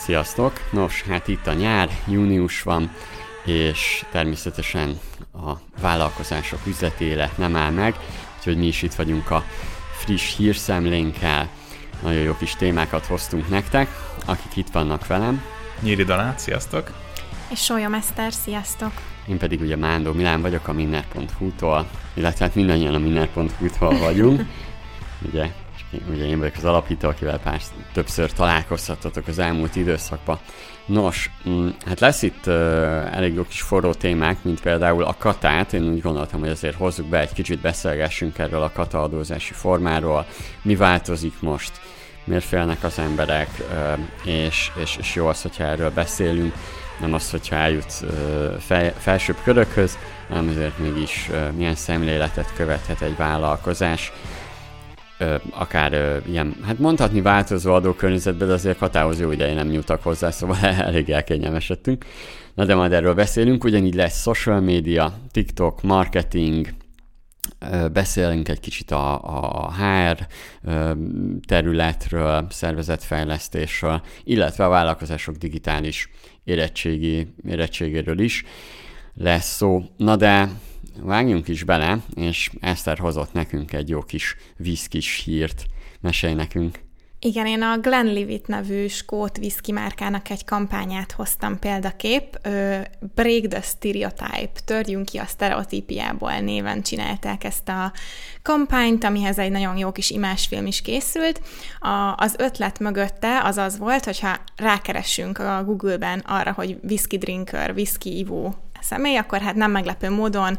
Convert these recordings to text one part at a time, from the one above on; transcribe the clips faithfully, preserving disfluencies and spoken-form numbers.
Sziasztok! Nos, hát itt a nyár, június van, és természetesen a vállalkozások üzleti élet nem áll meg, úgyhogy mi is itt vagyunk a friss hírszemlénkkel. Nagyon jó kis témákat hoztunk nektek, akik itt vannak velem. Nyíri Donát, sziasztok! És Sólyom Eszter, sziasztok! Én pedig ugye Mándor Milán vagyok a minner pont hu-tól, illetve hát mindannyian a minner pont hu-tól vagyunk. ugye, ugye én vagyok az alapító, akivel pár többször találkozhattatok az elmúlt időszakban. Nos, hát lesz itt uh, elég jó kis forró témák, mint például a katát. Én úgy gondoltam, hogy azért hozzuk be, egy kicsit beszélgessünk erről a kata adózási formáról, mi változik most, miért félnek az emberek, uh, és, és, és jó az, hogyha erről beszélünk, nem az, hogyha eljut uh, fel, felsőbb körökhöz, hanem azért mégis uh, milyen szemléletet követhet egy vállalkozás, uh, akár uh, ilyen, hát mondhatni változó adókörnyezetben, de azért katához jó ideje nem nyúltak hozzá, szóval elég elkényelmesedtünk. Na de majd erről beszélünk, ugyanígy lesz social media, TikTok, marketing, uh, beszélünk egy kicsit a, a há er uh, területről, szervezetfejlesztésről, illetve a vállalkozások digitális érettségi, érettségéről is lesz szó. Na de vágjunk is bele, és Eszter hozott nekünk egy jó kis viszkis hírt. Mesélj nekünk! Igen, én a Glenlivet nevű skót viszki márkának egy kampányát hoztam példakép. Break the Stereotype, törjünk ki a sztereotípiából néven csinálták ezt a kampányt, amihez egy nagyon jó kis imásfilm is készült. A, az ötlet mögötte az az volt, hogyha rákeressünk a Google-ben arra, hogy whisky drinker, whisky ivó személy, akkor hát nem meglepő módon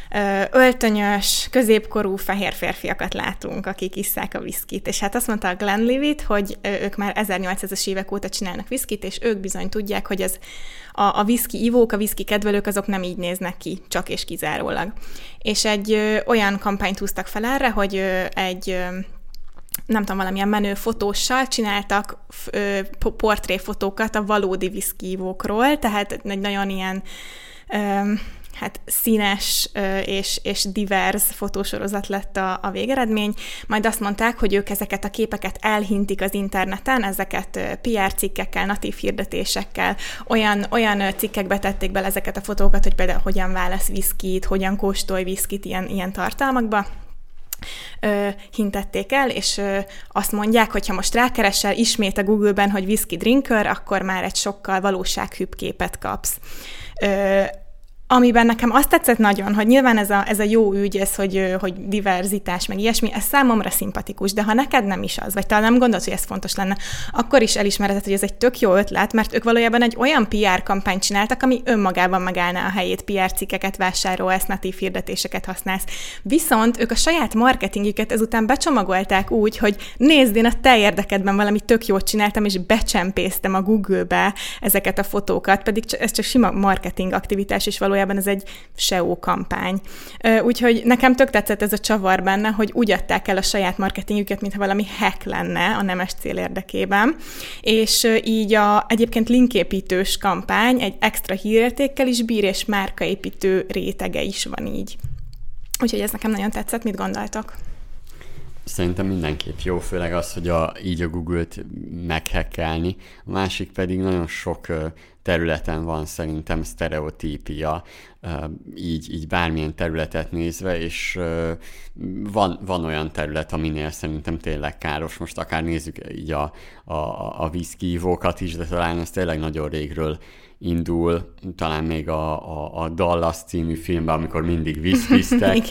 öltönyös, középkorú fehér férfiakat látunk, akik isszák a viszkit. És hát azt mondta a Glenlivet, hogy ők már ezernyolcszázas évek óta csinálnak viszkit, és ők bizony tudják, hogy ez a, a viszki ivók, a viszki kedvelők, azok nem így néznek ki, csak és kizárólag. És egy ö, olyan kampányt húztak fel erre, hogy ö, egy ö, nem tudom, valamilyen menő fotóssal csináltak ö, portréfotókat a valódi viszkívókról, tehát egy nagyon ilyen ö, hát színes és, és divers fotósorozat lett a, a végeredmény. Majd azt mondták, hogy ők ezeket a képeket elhintik az interneten, ezeket pé er cikkekkel, natív hirdetésekkel, olyan, olyan cikkekbe tették bele ezeket a fotókat, hogy például hogyan válasz viszkit, hogyan kóstolj viszkit ilyen, ilyen tartalmakba. Ö, hintették el, és ö, azt mondják, hogy ha most rákeresel ismét a Google-ben, hogy whisky drinker, akkor már egy sokkal valósághűbb képet kapsz. Ö, Amiben nekem azt tetszett nagyon, hogy nyilván ez a, ez a jó ügy, ez, hogy, hogy diverzitás, meg ilyesmi, ez számomra szimpatikus, de ha neked nem is az, vagy talán nem gondolod, hogy ez fontos lenne, akkor is elismerheted, hogy ez egy tök jó ötlet, mert ők valójában egy olyan pé er kampányt csináltak, ami önmagában megállná a helyét, pé er cikkeket vásárolsz, natív hirdetéseket használsz. Viszont ők a saját marketingjüket ezután becsomagolták úgy, hogy nézd, én a te érdekedben valami tök jót csináltam, és becsempésztem a Google-be ezeket a fotókat, pedig ez csak sima marketing aktivitás, és valójában ez egy es e o kampány. Úgyhogy nekem tök tetszett ez a csavar benne, hogy úgy adták el a saját marketingjüket, mintha valami hack lenne a nemes cél érdekében. És így a egyébként linképítős kampány egy extra hírértékkel is bír, és márkaépítő rétege is van így. Úgyhogy ez nekem nagyon tetszett. Mit gondoltok? Szerintem mindenképp jó, főleg az, hogy a, így a Google-t meghackelni. A másik pedig nagyon sok területen van szerintem sztereotípia, így, így bármilyen területet nézve, és van, van olyan terület, aminél szerintem tényleg káros. Most akár nézzük így a, a, a viszkívókat is, de talán ez tényleg nagyon régről indul, talán még a, a, a Dallas című filmben, amikor mindig viszkiztek.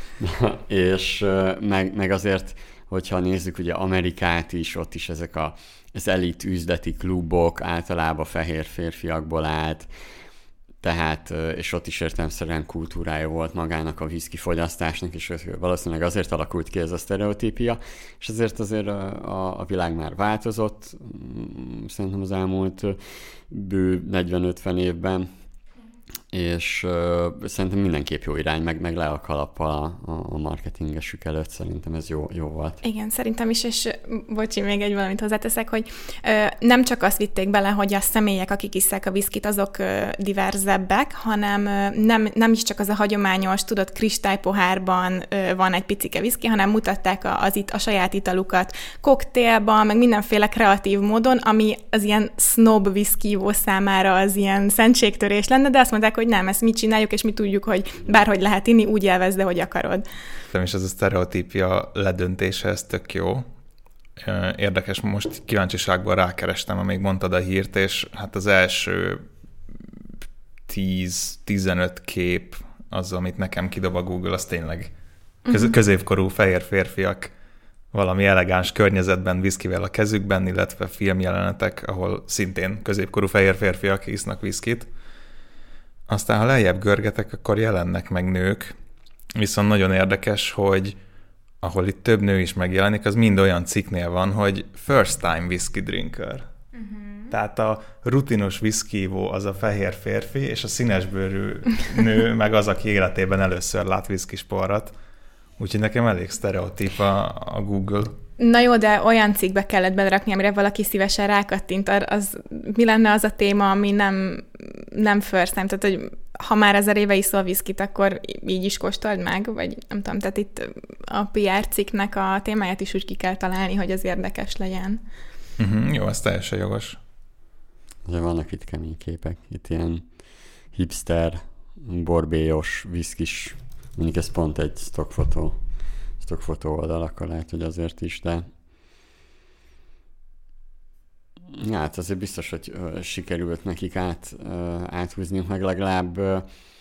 és meg, meg azért, hogyha nézzük ugye Amerikát is, ott is ezek a, az elit üzleti klubok általában fehér férfiakból állt, tehát, és ott is értelemszerűen kultúrája volt magának a viszki fogyasztásnak, és valószínűleg azért alakult ki ez a sztereotípia, és azért azért a, a világ már változott, szerintem az elmúlt bő negyven-ötven évben, és uh, szerintem mindenképp jó irány, meg, meg le a kalappal a, a marketingesük előtt, szerintem ez jó, jó volt. Igen, szerintem is, és bocsi, még egy valamit hozzáteszek, hogy ö, nem csak azt vitték bele, hogy a személyek, akik isszák a viszkit, azok ö, diverzebbek, hanem ö, nem, nem is csak az a hagyományos, tudod, kristálypohárban ö, van egy picike viszki, hanem mutatták a, az it, a saját italukat koktélban, meg mindenféle kreatív módon, ami az ilyen snob viszkívó számára az ilyen szentségtörés lenne, de azt mondták, hogy nem, ezt mi csináljuk, és mi tudjuk, hogy bárhogy lehet inni, úgy élvezd, de hogy akarod. És ez a sztereotípia ledöntése, ez tök jó. Érdekes, most kíváncsiságból rákerestem, amíg mondtad a hírt, és hát az első tíz-tizenöt kép, az, amit nekem kidob a Google, az tényleg köz- uh-huh. középkorú fehér férfiak valami elegáns környezetben viszkivel a kezükben, illetve filmjelenetek, ahol szintén középkorú fehér férfiak isznak viszkit. Aztán, ha lejjebb görgetek, akkor jelennek meg nők, viszont nagyon érdekes, hogy ahol itt több nő is megjelenik, az mind olyan cikknél van, hogy first time whisky drinker. Uh-huh. Tehát a rutinos viszkívó az a fehér férfi, és a színesbőrű nő meg az, aki életében először lát viszkisporrat. Úgyhogy nekem elég sztereotíp a, a Google. Na jó, de olyan cikkbe kellett belerakni, amire valaki szívesen rákattint. Az, mi lenne az a téma, ami nem, nem first time? Tehát, hogy ha már ezer éve iszol viszkit, akkor így is kóstold meg? Vagy nem tudom, tehát itt a pé er cikknek a témáját is úgy ki kell találni, hogy az érdekes legyen. Uh-huh, jó, ez teljesen jogos. De vannak itt kemény képek. Itt ilyen hipster, borbélyos, viszkis. Mondjuk ez pont egy stockfotó. stockfotó oldal, akkor lehet, hogy azért is, de hát azért biztos, hogy uh, sikerült nekik át, uh, áthúzniuk, meg legalább uh,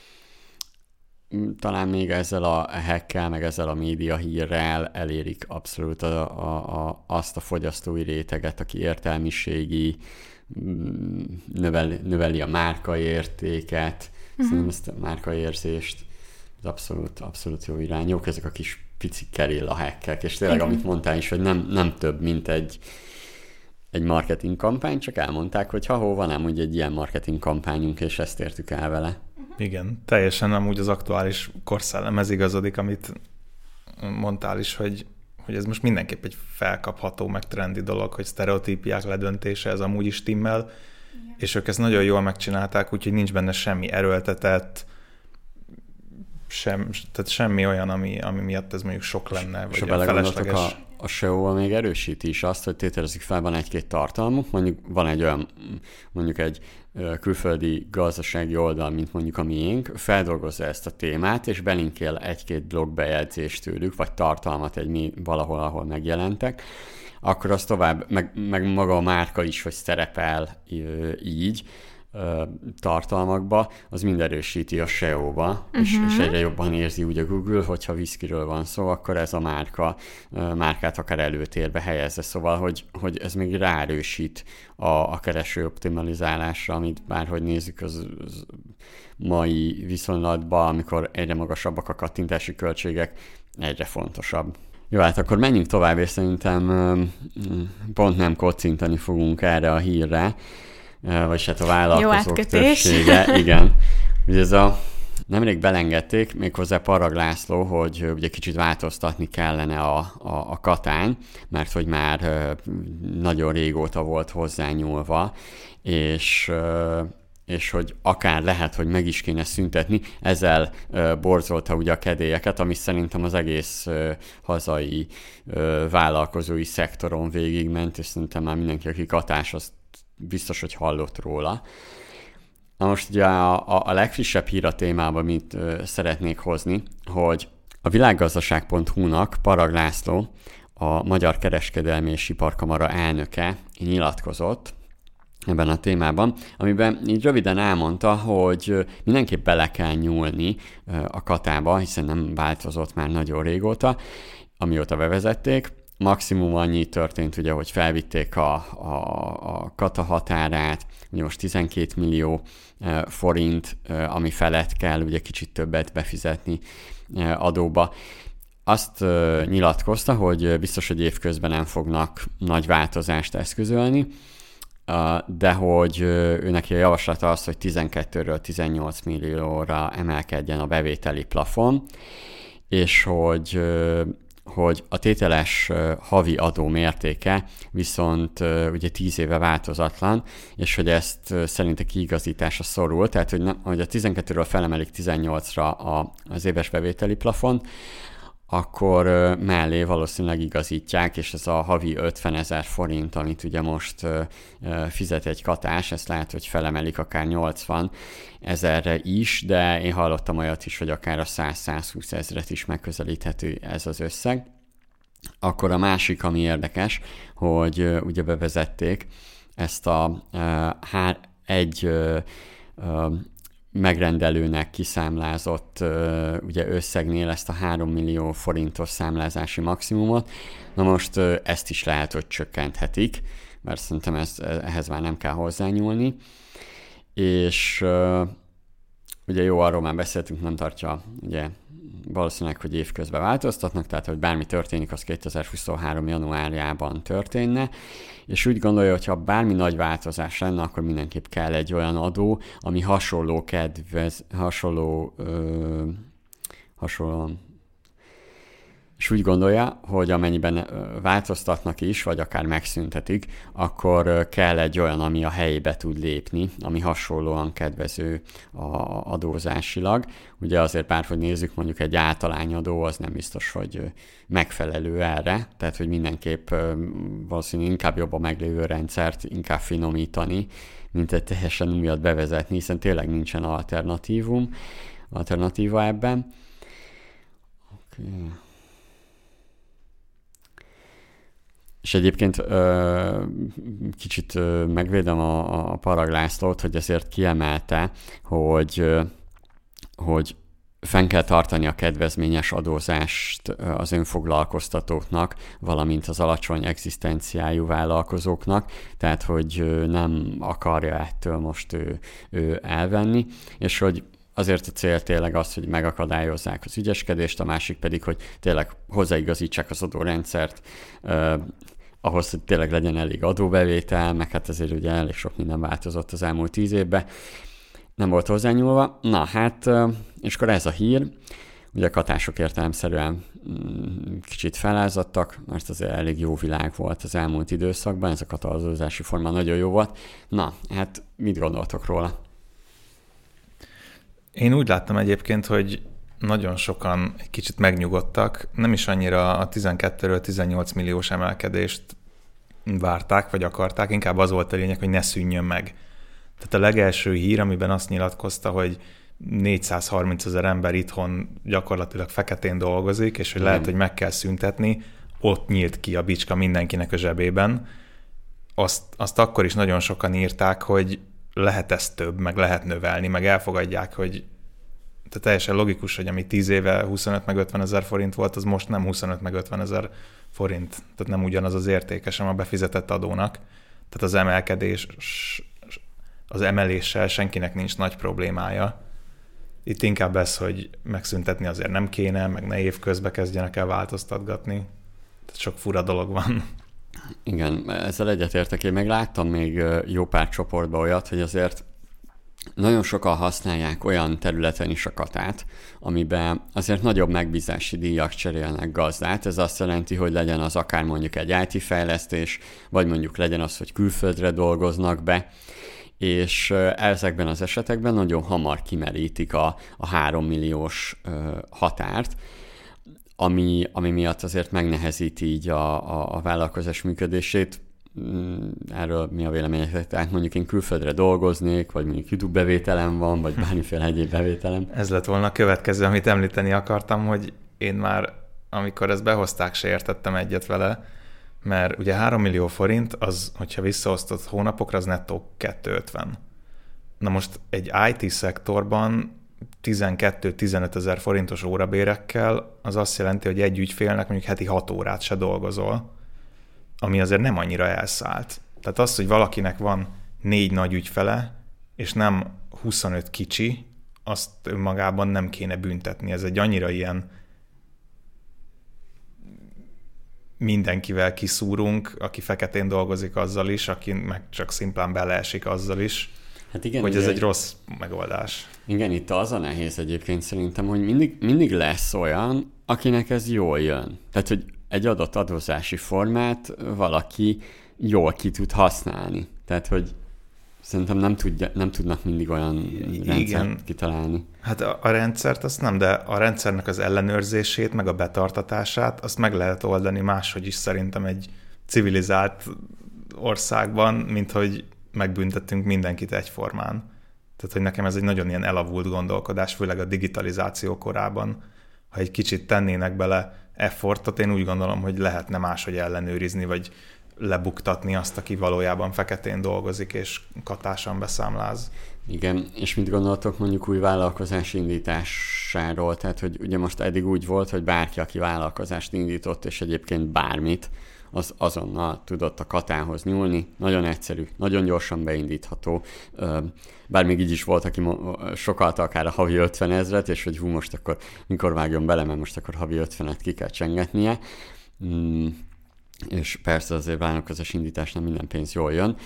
talán még ezzel a hackkel, meg ezzel a média hírrel elérik abszolút a, a, a, azt a fogyasztói réteget, aki értelmiségi, növeli, növeli a márkaértéket, uh-huh. Szerintem ezt a márkaérzést, ez abszolút, abszolút jó irány. Jók ezek a kis pici kerilla hackek, és tényleg, igen. Amit mondtál is, hogy nem, nem több, mint egy, egy marketing kampány, csak elmondták, hogy ha-hó, van ám úgy egy ilyen marketing kampányunk, és ezt értük el vele. Igen, teljesen amúgy az aktuális korszellemhez igazodik, amit mondtál is, hogy, hogy ez most mindenképp egy felkapható, meg trendi dolog, hogy sztereotípiák ledöntése, ez amúgy is timmel, igen. És ők ezt nagyon jól megcsinálták, úgyhogy nincs benne semmi erőltetett, Sem, tehát semmi olyan, ami, ami miatt ez mondjuk sok lenne, vagy a felesleges. A, a es e o még erősíti is azt, hogy tételezik fel, van egy-két tartalmuk, mondjuk van egy olyan, mondjuk egy külföldi gazdasági oldal, mint mondjuk a miénk, feldolgozza ezt a témát, és belinkél egy-két blogbejegyzést tőlük, vagy tartalmat egy valahol, ahol megjelentek, akkor az tovább, meg, meg maga a márka is, hogy szerepel így, tartalmakba, az mind erősíti a es e o-ba, uh-huh. és, és egyre jobban érzi úgy a Google, hogyha whiskyről van szó, akkor ez a márka, márkát akár előtérbe helyezze, szóval, hogy, hogy ez még ráerősít a, a kereső optimalizálásra, amit bárhogy nézzük az, az mai viszonylatban, amikor egyre magasabbak a kattintási költségek, egyre fontosabb. Jó, hát akkor menjünk tovább, és szerintem pont nem kocintani fogunk erre a hírre, vagyis hát a vállalkozók többsége. Igen. Ugye ez a, nemrég belengedték méghozzá Parag László, hogy ugye kicsit változtatni kellene a, a, a katán, mert hogy már nagyon régóta volt hozzányúlva, és, és hogy akár lehet, hogy meg is kéne szüntetni. Ezzel borzolta ugye a kedélyeket, ami szerintem az egész hazai vállalkozói szektoron végigment, és szerintem már mindenki, aki katás, azt biztos, hogy hallott róla. Na most ugye a, a, a legfrissebb hír a témában, amit ö, szeretnék hozni, hogy a világgazdaság pont hu-nak Parag László, a Magyar Kereskedelmi és Iparkamara elnöke nyilatkozott ebben a témában, amiben így röviden elmondta, hogy mindenképp bele kell nyúlni a katába, hiszen nem változott már nagyon régóta, amióta bevezették. Maximum annyi történt, ugye, hogy felvitték a, a, a kata határát, ugye most tizenkét millió forint, ami felett kell ugye kicsit többet befizetni adóba. Azt nyilatkozta, hogy biztos, hogy évközben nem fognak nagy változást eszközölni, de hogy ő neki a javaslata az, hogy tizenkettőről tizennyolc millióra emelkedjen a bevételi plafon, és hogy, hogy a tételes havi adó mértéke viszont ugye tíz éve változatlan, és hogy ezt szerinte kiigazításra szorul, tehát hogy, nem, hogy a tizenkettőről felemelik tizennyolcra a, az éves bevételi plafon, akkor mellé valószínűleg igazítják, és ez a havi ötvenezer forint, amit ugye most fizet egy katás, ezt lehet, hogy felemelik akár nyolcvan ezerre is, de én hallottam olyat is, hogy akár a száz-százhúsz ezret is megközelíthető ez az összeg. Akkor a másik, ami érdekes, hogy ugye bevezették ezt a hár, egy megrendelőnek kiszámlázott uh, ugye összegnél ezt a három millió forintos számlázási maximumot. Na most uh, ezt is lehet, hogy csökkenthetik, mert szerintem ez, ehhez már nem kell hozzányúlni. És uh, ugye jó, arról már beszéltünk, nem tartja, ugye valószínűleg, hogy évközben változtatnak, tehát hogy bármi történik, az kétezer-huszonhárom januárjában történne, és úgy gondolja, hogy ha bármi nagy változás lenne, akkor mindenképp kell egy olyan adó, ami hasonló kedvez, hasonló, ö, hasonló, és úgy gondolja, hogy amennyiben változtatnak is, vagy akár megszüntetik, akkor kell egy olyan, ami a helyébe tud lépni, ami hasonlóan kedvező a adózásilag. Ugye azért bárhogy nézzük, mondjuk egy általányadó, az nem biztos, hogy megfelelő erre, tehát hogy mindenképp valószínűleg inkább jobb a meglévő rendszert inkább finomítani, mint egy teljesen újat bevezetni, hiszen tényleg nincsen alternatívum, alternatíva ebben. Oké. Okay. És egyébként ö, kicsit ö, megvédem a, a Parag Lászlót, hogy ezért kiemelte, hogy, ö, hogy fenn kell tartani a kedvezményes adózást az önfoglalkoztatóknak, valamint az alacsony egzisztenciájú vállalkozóknak, tehát hogy nem akarja ettől most ő, ő elvenni, és hogy azért a cél tényleg az, hogy megakadályozzák az ügyeskedést, a másik pedig, hogy tényleg hozzáigazítsák az adórendszert eh, ahhoz, hogy tényleg legyen elég adóbevétel, meg hát azért ugye elég sok minden változott az elmúlt tíz évben. Nem volt hozzányúlva. Na hát, eh, és akkor ez a hír. Ugye a katások értelemszerűen mm, kicsit felázadtak, mert azért elég jó világ volt az elmúlt időszakban, ez a katalizózási forma nagyon jó volt. Na, hát mit gondoltok róla? Én úgy láttam egyébként, hogy nagyon sokan egy kicsit megnyugodtak, nem is annyira a tizenkettőről tizennyolc milliós emelkedést várták, vagy akarták, inkább az volt a lényeg, hogy ne szűnjön meg. Tehát a legelső hír, amiben azt nyilatkozta, hogy négyszázharminc ezer ember itthon gyakorlatilag feketén dolgozik, és hogy lehet, mm. hogy meg kell szüntetni, ott nyílt ki a bicska mindenkinek a zsebében. Azt, azt akkor is nagyon sokan írták, hogy lehet ez több, meg lehet növelni, meg elfogadják, hogy tehát teljesen logikus, hogy ami tíz éve huszonöt meg ötven ezer forint volt, az most nem huszonöt meg ötven ezer forint. Tehát nem ugyanaz az értéke sem a befizetett adónak. Tehát az emelkedés, az emeléssel senkinek nincs nagy problémája. Itt inkább ez, hogy megszüntetni azért nem kéne, meg ne évközben kezdjenek el változtatgatni. Tehát sok fura dolog van. Igen, ezzel egyetértek. Én meg láttam még jó pár csoportban olyat, hogy azért nagyon sokan használják olyan területen is a katát, amiben azért nagyobb megbízási díjak cserélnek gazdát. Ez azt jelenti, hogy legyen az akár mondjuk egy í té fejlesztés, vagy mondjuk legyen az, hogy külföldre dolgoznak be, és ezekben az esetekben nagyon hamar kimerítik a, a három milliós határt, ami, ami miatt azért megnehezíti így a, a, a vállalkozás működését. Erről mi a véleményetek? Tehát mondjuk én külföldre dolgoznék, vagy mondjuk YouTube bevételem van, vagy bármiféle egyéb bevételem. Ez lett volna a következő, amit említeni akartam, hogy én már, amikor ezt behozták, se értettem egyet vele, mert ugye három millió forint, az, hogyha visszaosztott hónapokra, az nettó kétszázötven. Na most egy í té szektorban tizenkettő-tizenöt ezer forintos órabérekkel az azt jelenti, hogy egy ügyfélnek mondjuk heti hat órát se dolgozol, ami azért nem annyira elszállt. Tehát az, hogy valakinek van négy nagy ügyfele, és nem huszonöt kicsi, azt önmagában nem kéne büntetni. Ez egy annyira ilyen mindenkivel kiszúrunk, aki feketén dolgozik azzal is, aki meg csak szimplán beleesik azzal is, hát igen, hogy ez ugye, egy rossz megoldás. Igen, itt az a nehéz egyébként szerintem, hogy mindig, mindig lesz olyan, akinek ez jól jön. Tehát, hogy egy adott adózási formát valaki jól ki tud használni. Tehát, hogy szerintem nem, tudja, nem tudnak mindig olyan Igen. rendszert kitalálni. Hát a, a rendszert azt nem, de a rendszernek az ellenőrzését, meg a betartatását, azt meg lehet oldani máshogy is szerintem egy civilizált országban, mint hogy megbüntettünk mindenkit egyformán. Tehát, hogy nekem ez egy nagyon ilyen elavult gondolkodás, főleg a digitalizáció korában. Ha egy kicsit tennének bele effortot, én úgy gondolom, hogy lehetne máshogy ellenőrizni, vagy lebuktatni azt, aki valójában feketén dolgozik, és katásan beszámláz. Igen, és mit gondoltok mondjuk új vállalkozás indításáról? Tehát, hogy ugye most eddig úgy volt, hogy bárki, aki vállalkozást indított, és egyébként bármit, az azonnal tudott a katához nyúlni. Nagyon egyszerű, nagyon gyorsan beindítható. Bár még így is volt, aki sokalta akár a havi ötven ezret, és hogy hú, most akkor mikor vágjon bele, mert most akkor havi ötvenet ki kell csengetnie. És persze azért vállalkozás indításnál minden pénz jól jön,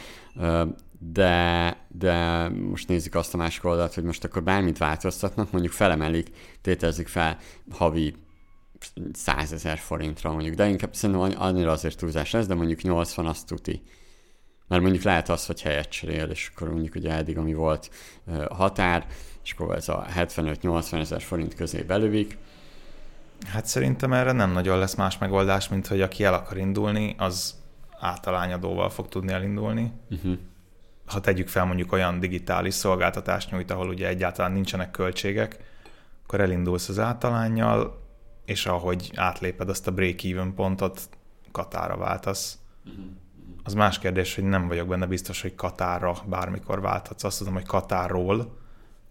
de, de most nézzük azt a másik oldalt, hogy most akkor bármit változtatnak, mondjuk felemelik, tételezik fel havi százezer forintra mondjuk, de inkább szerintem annyira azért túlzás lesz, de mondjuk nyolcvan azt tuti. Mert mondjuk lehet az, hogy helyet cserél, és akkor mondjuk ugye eddig, ami volt határ, és akkor ez a hetvenöt-nyolcvan ezer forint közé belövik. Hát szerintem erre nem nagyon lesz más megoldás, mint hogy aki el akar indulni, az általányadóval fog tudni elindulni. Uh-huh. Ha tegyük fel mondjuk olyan digitális szolgáltatást nyújt, ahol ugye egyáltalán nincsenek költségek, akkor elindulsz az általánnyal, és ahogy átléped azt a break-even pontot, Katára váltasz. Uh-huh. Az más kérdés, hogy nem vagyok benne biztos, hogy Katárra bármikor válthatsz. Azt tudom, hogy Katárról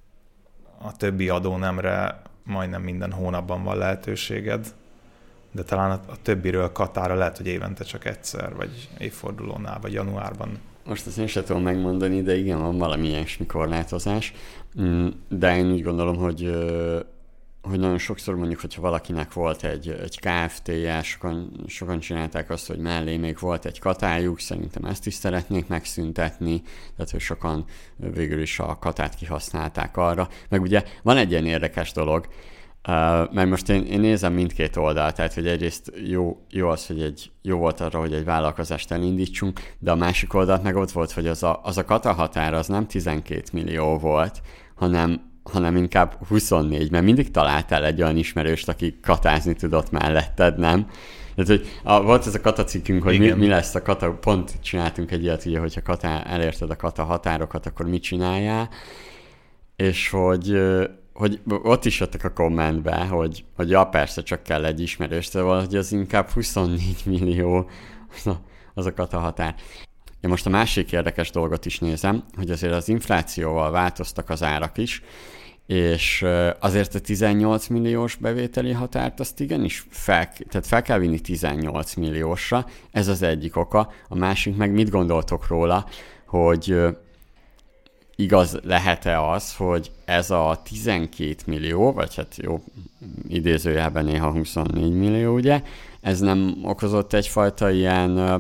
a többi adónemre majdnem minden hónapban van lehetőséged, de talán a, a többiről Katárra lehet, hogy évente csak egyszer, vagy évfordulónál, vagy januárban. Most ezt én sem tudom megmondani, de igen, van valami ilyesmi korlátozás. De én úgy gondolom, hogy, hogy nagyon sokszor mondjuk, hogyha valakinek volt egy, egy ká ef té-je, sokan, sokan csinálták azt, hogy mellé még volt egy katájuk, szerintem ezt is szeretnék megszüntetni, tehát hogy sokan végül is a katát kihasználták arra. Meg ugye van egy ilyen érdekes dolog, mert most én, én nézem mindkét oldalt, tehát hogy egyrészt jó, jó az, hogy egy, jó volt arra, hogy egy vállalkozást elindítsunk, de a másik oldalt meg ott volt, hogy az a, az a kata határ az nem tizenkét millió volt, hanem hanem inkább huszonnégy, mert mindig találtál egy olyan ismerőst, aki katázni tudott melletted, nem? Tehát, hogy a, volt ez a kata cikkünk, hogy mi, mi lesz a kata, pont csináltunk egy ilyet, ugye, hogyha kata, elérted a kata határokat, akkor mit csináljál, és hogy, hogy ott is jöttek a kommentbe, hogy, hogy ja, persze, csak kell egy ismerős, szóval, hogy az inkább huszonnégy millió az a, az a kata határ. Én most a másik érdekes dolgot is nézem, hogy azért az inflációval változtak az árak is, és azért a tizennyolc milliós bevételi határt azt igenis fel, tehát fel kell vinni tizennyolc milliósra, ez az egyik oka. A másik meg mit gondoltok róla, hogy igaz lehet-e az, hogy ez a tizenkét millió, vagy hát jó, idézőjelben néha huszonnégy millió, ugye, ez nem okozott egyfajta ilyen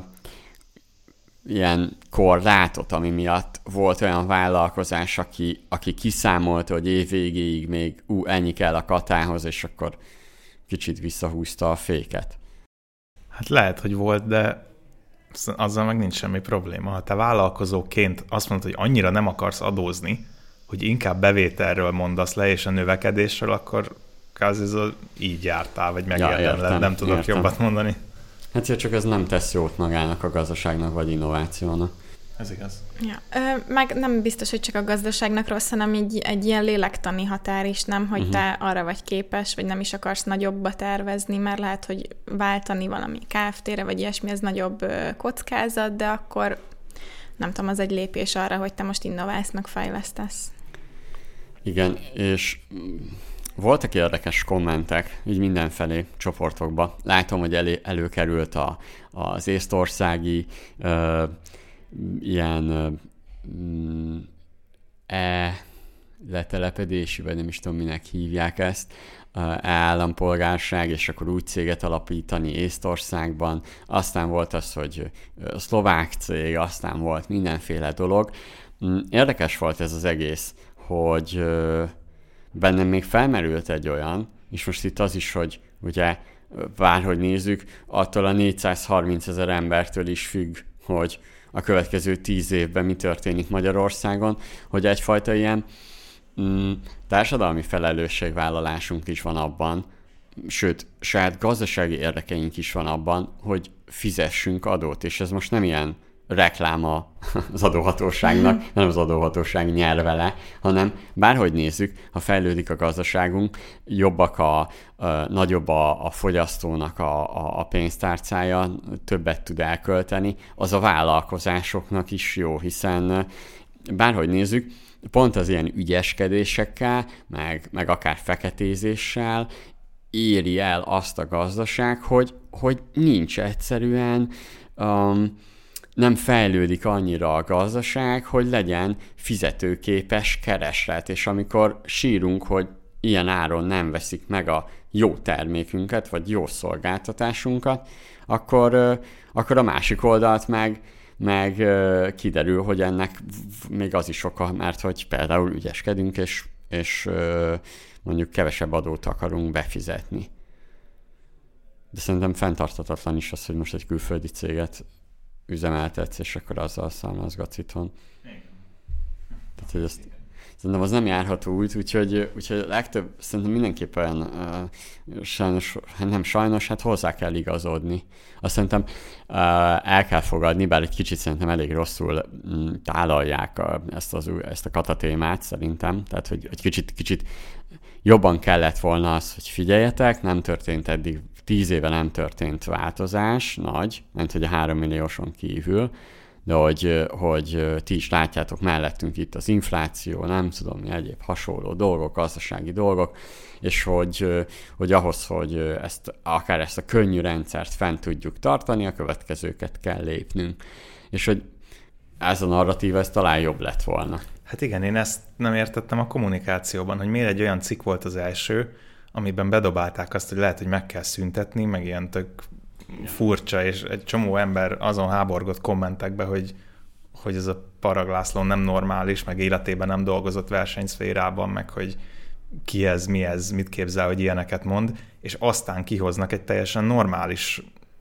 ilyen korlátot, ami miatt volt olyan vállalkozás, aki, aki kiszámolta, hogy év végéig még ú, ennyi kell a katához, és akkor kicsit visszahúzta a féket. Hát lehet, hogy volt, de azzal meg nincs semmi probléma. Ha te vállalkozóként azt mondod, hogy annyira nem akarsz adózni, hogy inkább bevételről mondasz le, és a növekedésről, akkor kvázi így jártál, vagy megérdemled, ja, nem tudok értem. Jobbat mondani. Hát csak ez nem tesz jót magának a gazdaságnak, vagy innovációnak. Ez igaz. Ja. Ö, meg nem biztos, hogy csak a gazdaságnak rossz, hanem egy, egy ilyen lélektani határ is, nem, hogy uh-huh. te arra vagy képes, vagy nem is akarsz nagyobba tervezni, mert lehet, hogy váltani valami ká ef té-re, vagy ilyesmi, ez nagyobb ö, kockázat, de akkor nem tudom, az egy lépés arra, hogy te most innoválsz, meg fejlesztesz. Igen, és voltak érdekes kommentek, így mindenfelé csoportokba. Látom, hogy elé, előkerült a, az észtországi ö, ilyen ö, e letelepedési, vagy nem is tudom, minek hívják ezt, állampolgárság, és akkor úgy céget alapítani Észtországban. Aztán volt az, hogy szlovák cég, aztán volt mindenféle dolog. Érdekes volt ez az egész, hogy bennem még felmerült egy olyan, és most itt az is, hogy ugye bárhogy nézzük, attól a négyszázharminc ezer embertől is függ, hogy a következő tíz évben mi történik Magyarországon, hogy egyfajta ilyen mm, társadalmi felelősségvállalásunk is van abban, sőt, saját gazdasági érdekeink is van abban, hogy fizessünk adót, és ez most nem ilyen rekláma az adóhatóságnak, nem az adóhatóság nyer vele, hanem bárhogy nézzük, ha fejlődik a gazdaságunk, jobbak a, a nagyobb a, a fogyasztónak a, a, a pénztárcája, többet tud elkölteni, az a vállalkozásoknak is jó, hiszen bárhogy nézzük, pont az ilyen ügyeskedésekkel, meg, meg akár feketézéssel éri el azt a gazdaság, hogy, hogy nincs egyszerűen um, nem fejlődik annyira a gazdaság, hogy legyen fizetőképes kereslet, és amikor sírunk, hogy ilyen áron nem veszik meg a jó termékünket, vagy jó szolgáltatásunkat, akkor, akkor a másik oldalt meg, meg kiderül, hogy ennek még az is oka, mert hogy például ügyeskedünk, és, és mondjuk kevesebb adót akarunk befizetni. De szerintem fenntarthatatlan is az, hogy most egy külföldi céget üzemeltetsz, és akkor azzal szalmazgatsz itthon. Tehát, hogy ezt, szerintem az nem járható út, úgyhogy, úgyhogy legtöbb, szerintem mindenképpen uh, sajnos, nem sajnos, hát hozzá kell igazodni. Azt szerintem uh, el kell fogadni, bár egy kicsit szerintem elég rosszul um, tálalják a, ezt, az, ezt a katatémát szerintem, tehát hogy egy kicsit, kicsit jobban kellett volna az, hogy figyeljetek, nem történt eddig, tíz éve nem történt változás, nagy, mert hogy a három millióson kívül, de hogy, hogy ti is látjátok mellettünk itt az infláció, nem tudom, egyéb hasonló dolgok, gazdasági dolgok, és hogy, hogy ahhoz, hogy ezt, akár ezt a könnyű rendszert fent tudjuk tartani, a következőket kell lépnünk. És hogy ez a narratív, ez talán jobb lett volna. Hát igen, én ezt nem értettem a kommunikációban, hogy miért egy olyan cikk volt az első, amiben bedobálták azt, hogy lehet, hogy meg kell szüntetni, meg ilyen tök furcsa, és egy csomó ember azon háborgott kommentekbe, hogy, hogy ez a Parag nem normális, meg életében nem dolgozott versenyszférában, meg hogy ki ez, mi ez, mit képzel, hogy ilyeneket mond, és aztán kihoznak egy teljesen normális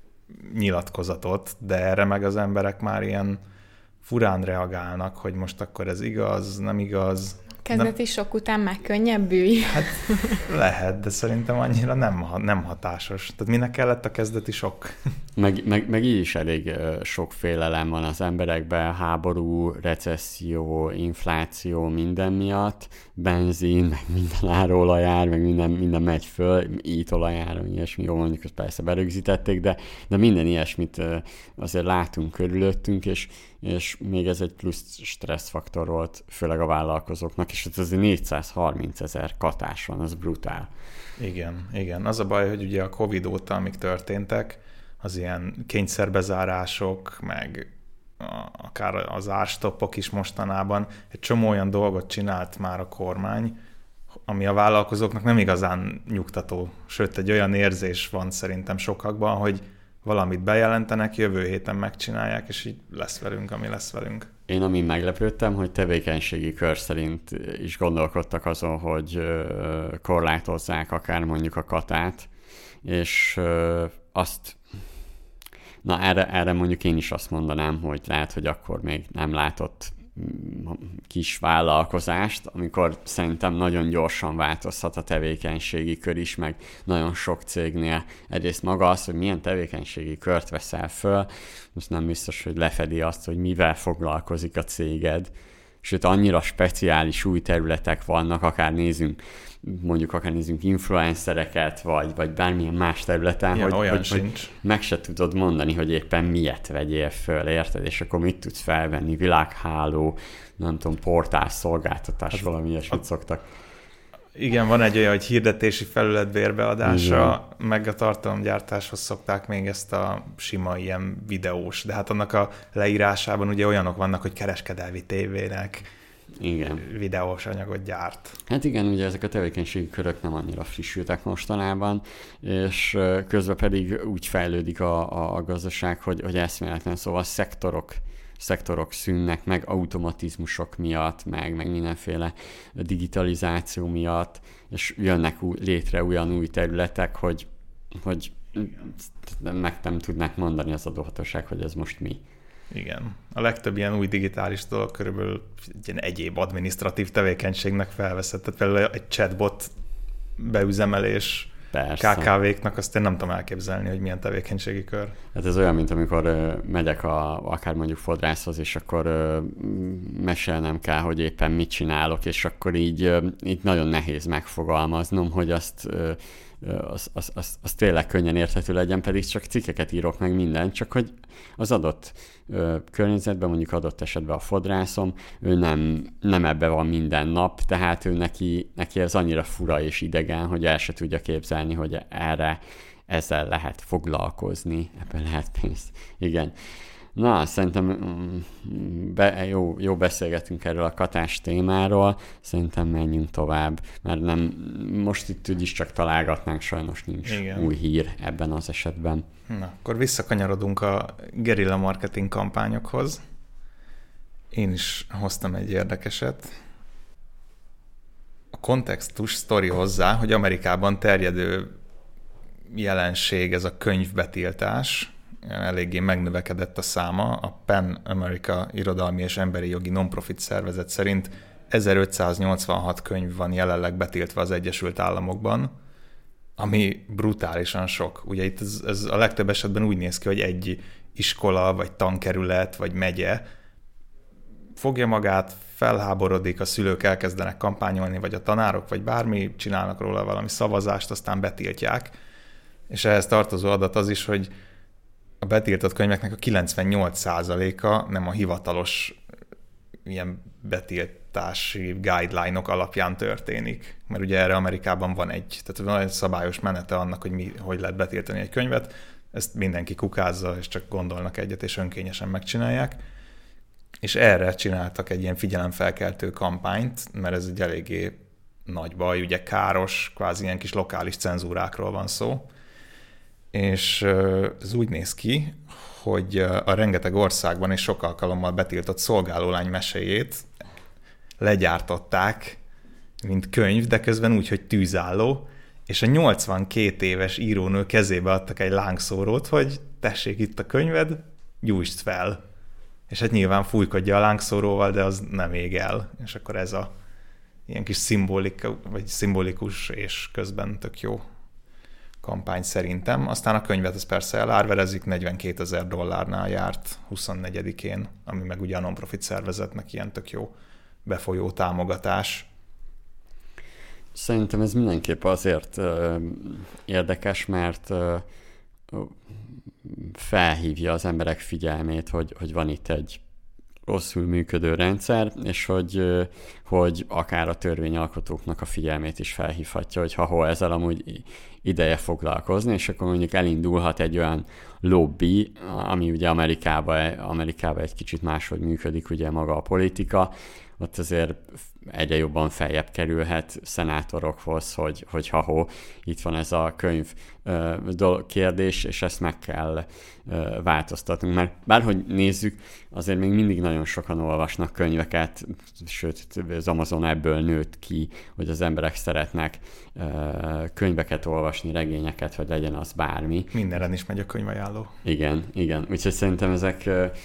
nyilatkozatot, de erre meg az emberek már ilyen furán reagálnak, hogy most akkor ez igaz, nem igaz. Kezdeti nem... sok után megkönnyebbülj. Hát lehet, de szerintem annyira nem, nem hatásos. Tehát minek kellett a kezdeti sok? Meg, meg, meg így is elég sok félelem van az emberekben, háború, recesszió, infláció, minden miatt, benzin, meg minden árólajár, meg minden, minden megy föl, ítolajár, ilyesmi, jó, mondjuk azt persze berögzítették, de, de minden ilyesmit azért látunk körülöttünk, és, és még ez egy plusz stresszfaktor volt, főleg a vállalkozóknak, és ez azért négyszázharminc ezer katás van, az brutál. Igen, igen. Az a baj, hogy ugye a Covid óta, amik történtek, az ilyen kényszerbezárások, meg a, akár az árstoppok is mostanában, egy csomó olyan dolgot csinált már a kormány, ami a vállalkozóknak nem igazán nyugtató. Sőt, egy olyan érzés van szerintem sokakban, hogy valamit bejelentenek, jövő héten megcsinálják, és így lesz velünk, ami lesz velünk. Én amin meglepődtem, hogy tevékenységi kör szerint is gondolkodtak azon, hogy korlátozzák akár mondjuk a katát, és azt, na erre, erre mondjuk én is azt mondanám, hogy lehet, hogy akkor még nem látott kis vállalkozást, amikor szerintem nagyon gyorsan változhat a tevékenységi kör is, meg nagyon sok cégnél egyrészt maga az, hogy milyen tevékenységi kört veszel föl, most nem biztos, hogy lefedi azt, hogy mivel foglalkozik a céged, sőt annyira speciális új területek vannak, akár nézünk, mondjuk akár nézünk influencereket, vagy, vagy bármilyen más területen, ja, hogy, hogy, hogy meg se tudod mondani, hogy éppen miért vegyél föl, érted? És akkor mit tudsz felvenni? Világháló, nem tudom, portál, szolgáltatás, hát, valami ilyesmit szoktak. Igen, van egy olyan, hogy hirdetési felület bérbeadása, igen. Meg a tartalomgyártáshoz szokták még ezt a sima ilyen videós, de hát annak a leírásában ugye olyanok vannak, hogy kereskedelmi tévének, igen. videós anyagot gyárt. Hát igen, ugye ezek a tevékenységi körök nem annyira frissültek mostanában, és közben pedig úgy fejlődik a, a gazdaság, hogy, hogy eszméletlen, szóval szektorok, szektorok szűnnek meg automatizmusok miatt, meg, meg mindenféle digitalizáció miatt, és jönnek új, létre olyan új területek, hogy, hogy meg nem tudnák mondani az adóhatóság, hogy ez most mi. Igen. A legtöbb ilyen új digitális dolog körülbelül egy egyéb adminisztratív tevékenységnek felveszett. Tehát például egy chatbot beüzemelés Persze. ká ká véknak, azt én nem tudom elképzelni, hogy milyen tevékenységi kör. Hát ez olyan, mint amikor ö, megyek a, akár mondjuk fodrászhoz, és akkor ö, mesélnem kell, hogy éppen mit csinálok, és akkor így, ö, így nagyon nehéz megfogalmaznom, hogy azt ö, az, az, az, az tényleg könnyen érthető legyen, pedig csak cikkeket írok meg mindent, csak hogy az adott ö, környezetben, mondjuk adott esetben a fodrászom, ő nem, nem ebbe van minden nap, tehát ő neki, neki ez annyira fura és idegen, hogy el se tudja képzelni, hogy erre ezzel lehet foglalkozni, ebben lehet pénzt. Igen. Na, szerintem be, jó, jó beszélgetünk erről a katás témáról, szerintem menjünk tovább, mert nem, most itt úgyis csak találgatnánk, sajnos nincs Igen. új hír ebben az esetben. Na, akkor visszakanyarodunk a gerilla marketing kampányokhoz. Én is hoztam egy érdekeset. A kontextus sztori hozzá, hogy Amerikában terjedő jelenség ez a könyvbetiltás, eléggé megnövekedett a száma. A PEN America irodalmi és emberi jogi non-profit szervezet szerint ezerötszáznyolcvanhat könyv van jelenleg betiltva az Egyesült Államokban, ami brutálisan sok. Ugye itt ez, ez a legtöbb esetben úgy néz ki, hogy egy iskola, vagy tankerület, vagy megye fogja magát, felháborodik, a szülők elkezdenek kampányolni, vagy a tanárok, vagy bármi, csinálnak róla valami szavazást, aztán betiltják. És ehhez tartozó adat az is, hogy a betiltott könyveknek a kilencvennyolc százaléka nem a hivatalos ilyen betiltási guideline-ok alapján történik. Mert ugye erre Amerikában van egy, tehát van egy szabályos menete annak, hogy mi, hogy lehet betiltani egy könyvet. Ezt mindenki kukázza, és csak gondolnak egyet, és önkényesen megcsinálják. És erre csináltak egy ilyen figyelemfelkeltő kampányt, mert ez egy eléggé nagy baj, ugye káros, kvázi ilyen kis lokális cenzúrákról van szó. És ez úgy néz ki, hogy a rengeteg országban és sok alkalommal betiltott Szolgálólány meséjét legyártották, mint könyv, de közben úgy, hogy tűzálló, és a nyolcvankét éves írónő kezébe adtak egy lángszórót, hogy tessék itt a könyved, gyújtsd fel. És hát nyilván fújkodja a lángszóróval, de az nem ég el. És akkor ez a ilyen kis szimbolika, vagy szimbolikus és közben tök jó kampány szerintem. Aztán a könyvet ez persze elárverezik, negyvenkétezer dollárnál járt huszonnegyedikén, ami meg ugye a non-profit szervezetnek ilyen tök jó befolyó támogatás. Szerintem ez mindenképp azért uh, érdekes, mert uh, felhívja az emberek figyelmét, hogy, hogy van itt egy rosszul működő rendszer, és hogy, hogy akár a törvényalkotóknak a figyelmét is felhívhatja, hogy ha-hol ezzel amúgy ideje foglalkozni, és akkor mondjuk elindulhat egy olyan lobby, ami ugye Amerikában, Amerikában egy kicsit máshogy működik, ugye maga a politika, ott azért egyre jobban feljebb kerülhet szenátorokhoz, hogy, hogy ha-hó, itt van ez a könyv kérdés, és ezt meg kell változtatnunk. Mert bárhogy nézzük, azért még mindig nagyon sokan olvasnak könyveket, sőt, az Amazon ebből nőtt ki, hogy az emberek szeretnek könyveket olvasni, regényeket, hogy legyen az bármi. Mindenren is megy a könyvajánló. Igen, igen. Úgyhogy szerintem ezek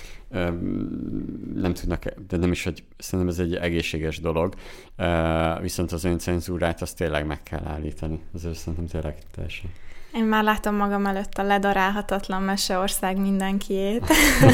nem tudnak, de nem is, hogy szerintem ez egy egészséges dolog, viszont az öncenzúrát azt tényleg meg kell állítani. Azért szerintem tényleg teljesen. Én már látom magam előtt a ledarálhatatlan Meseország mindenkiét.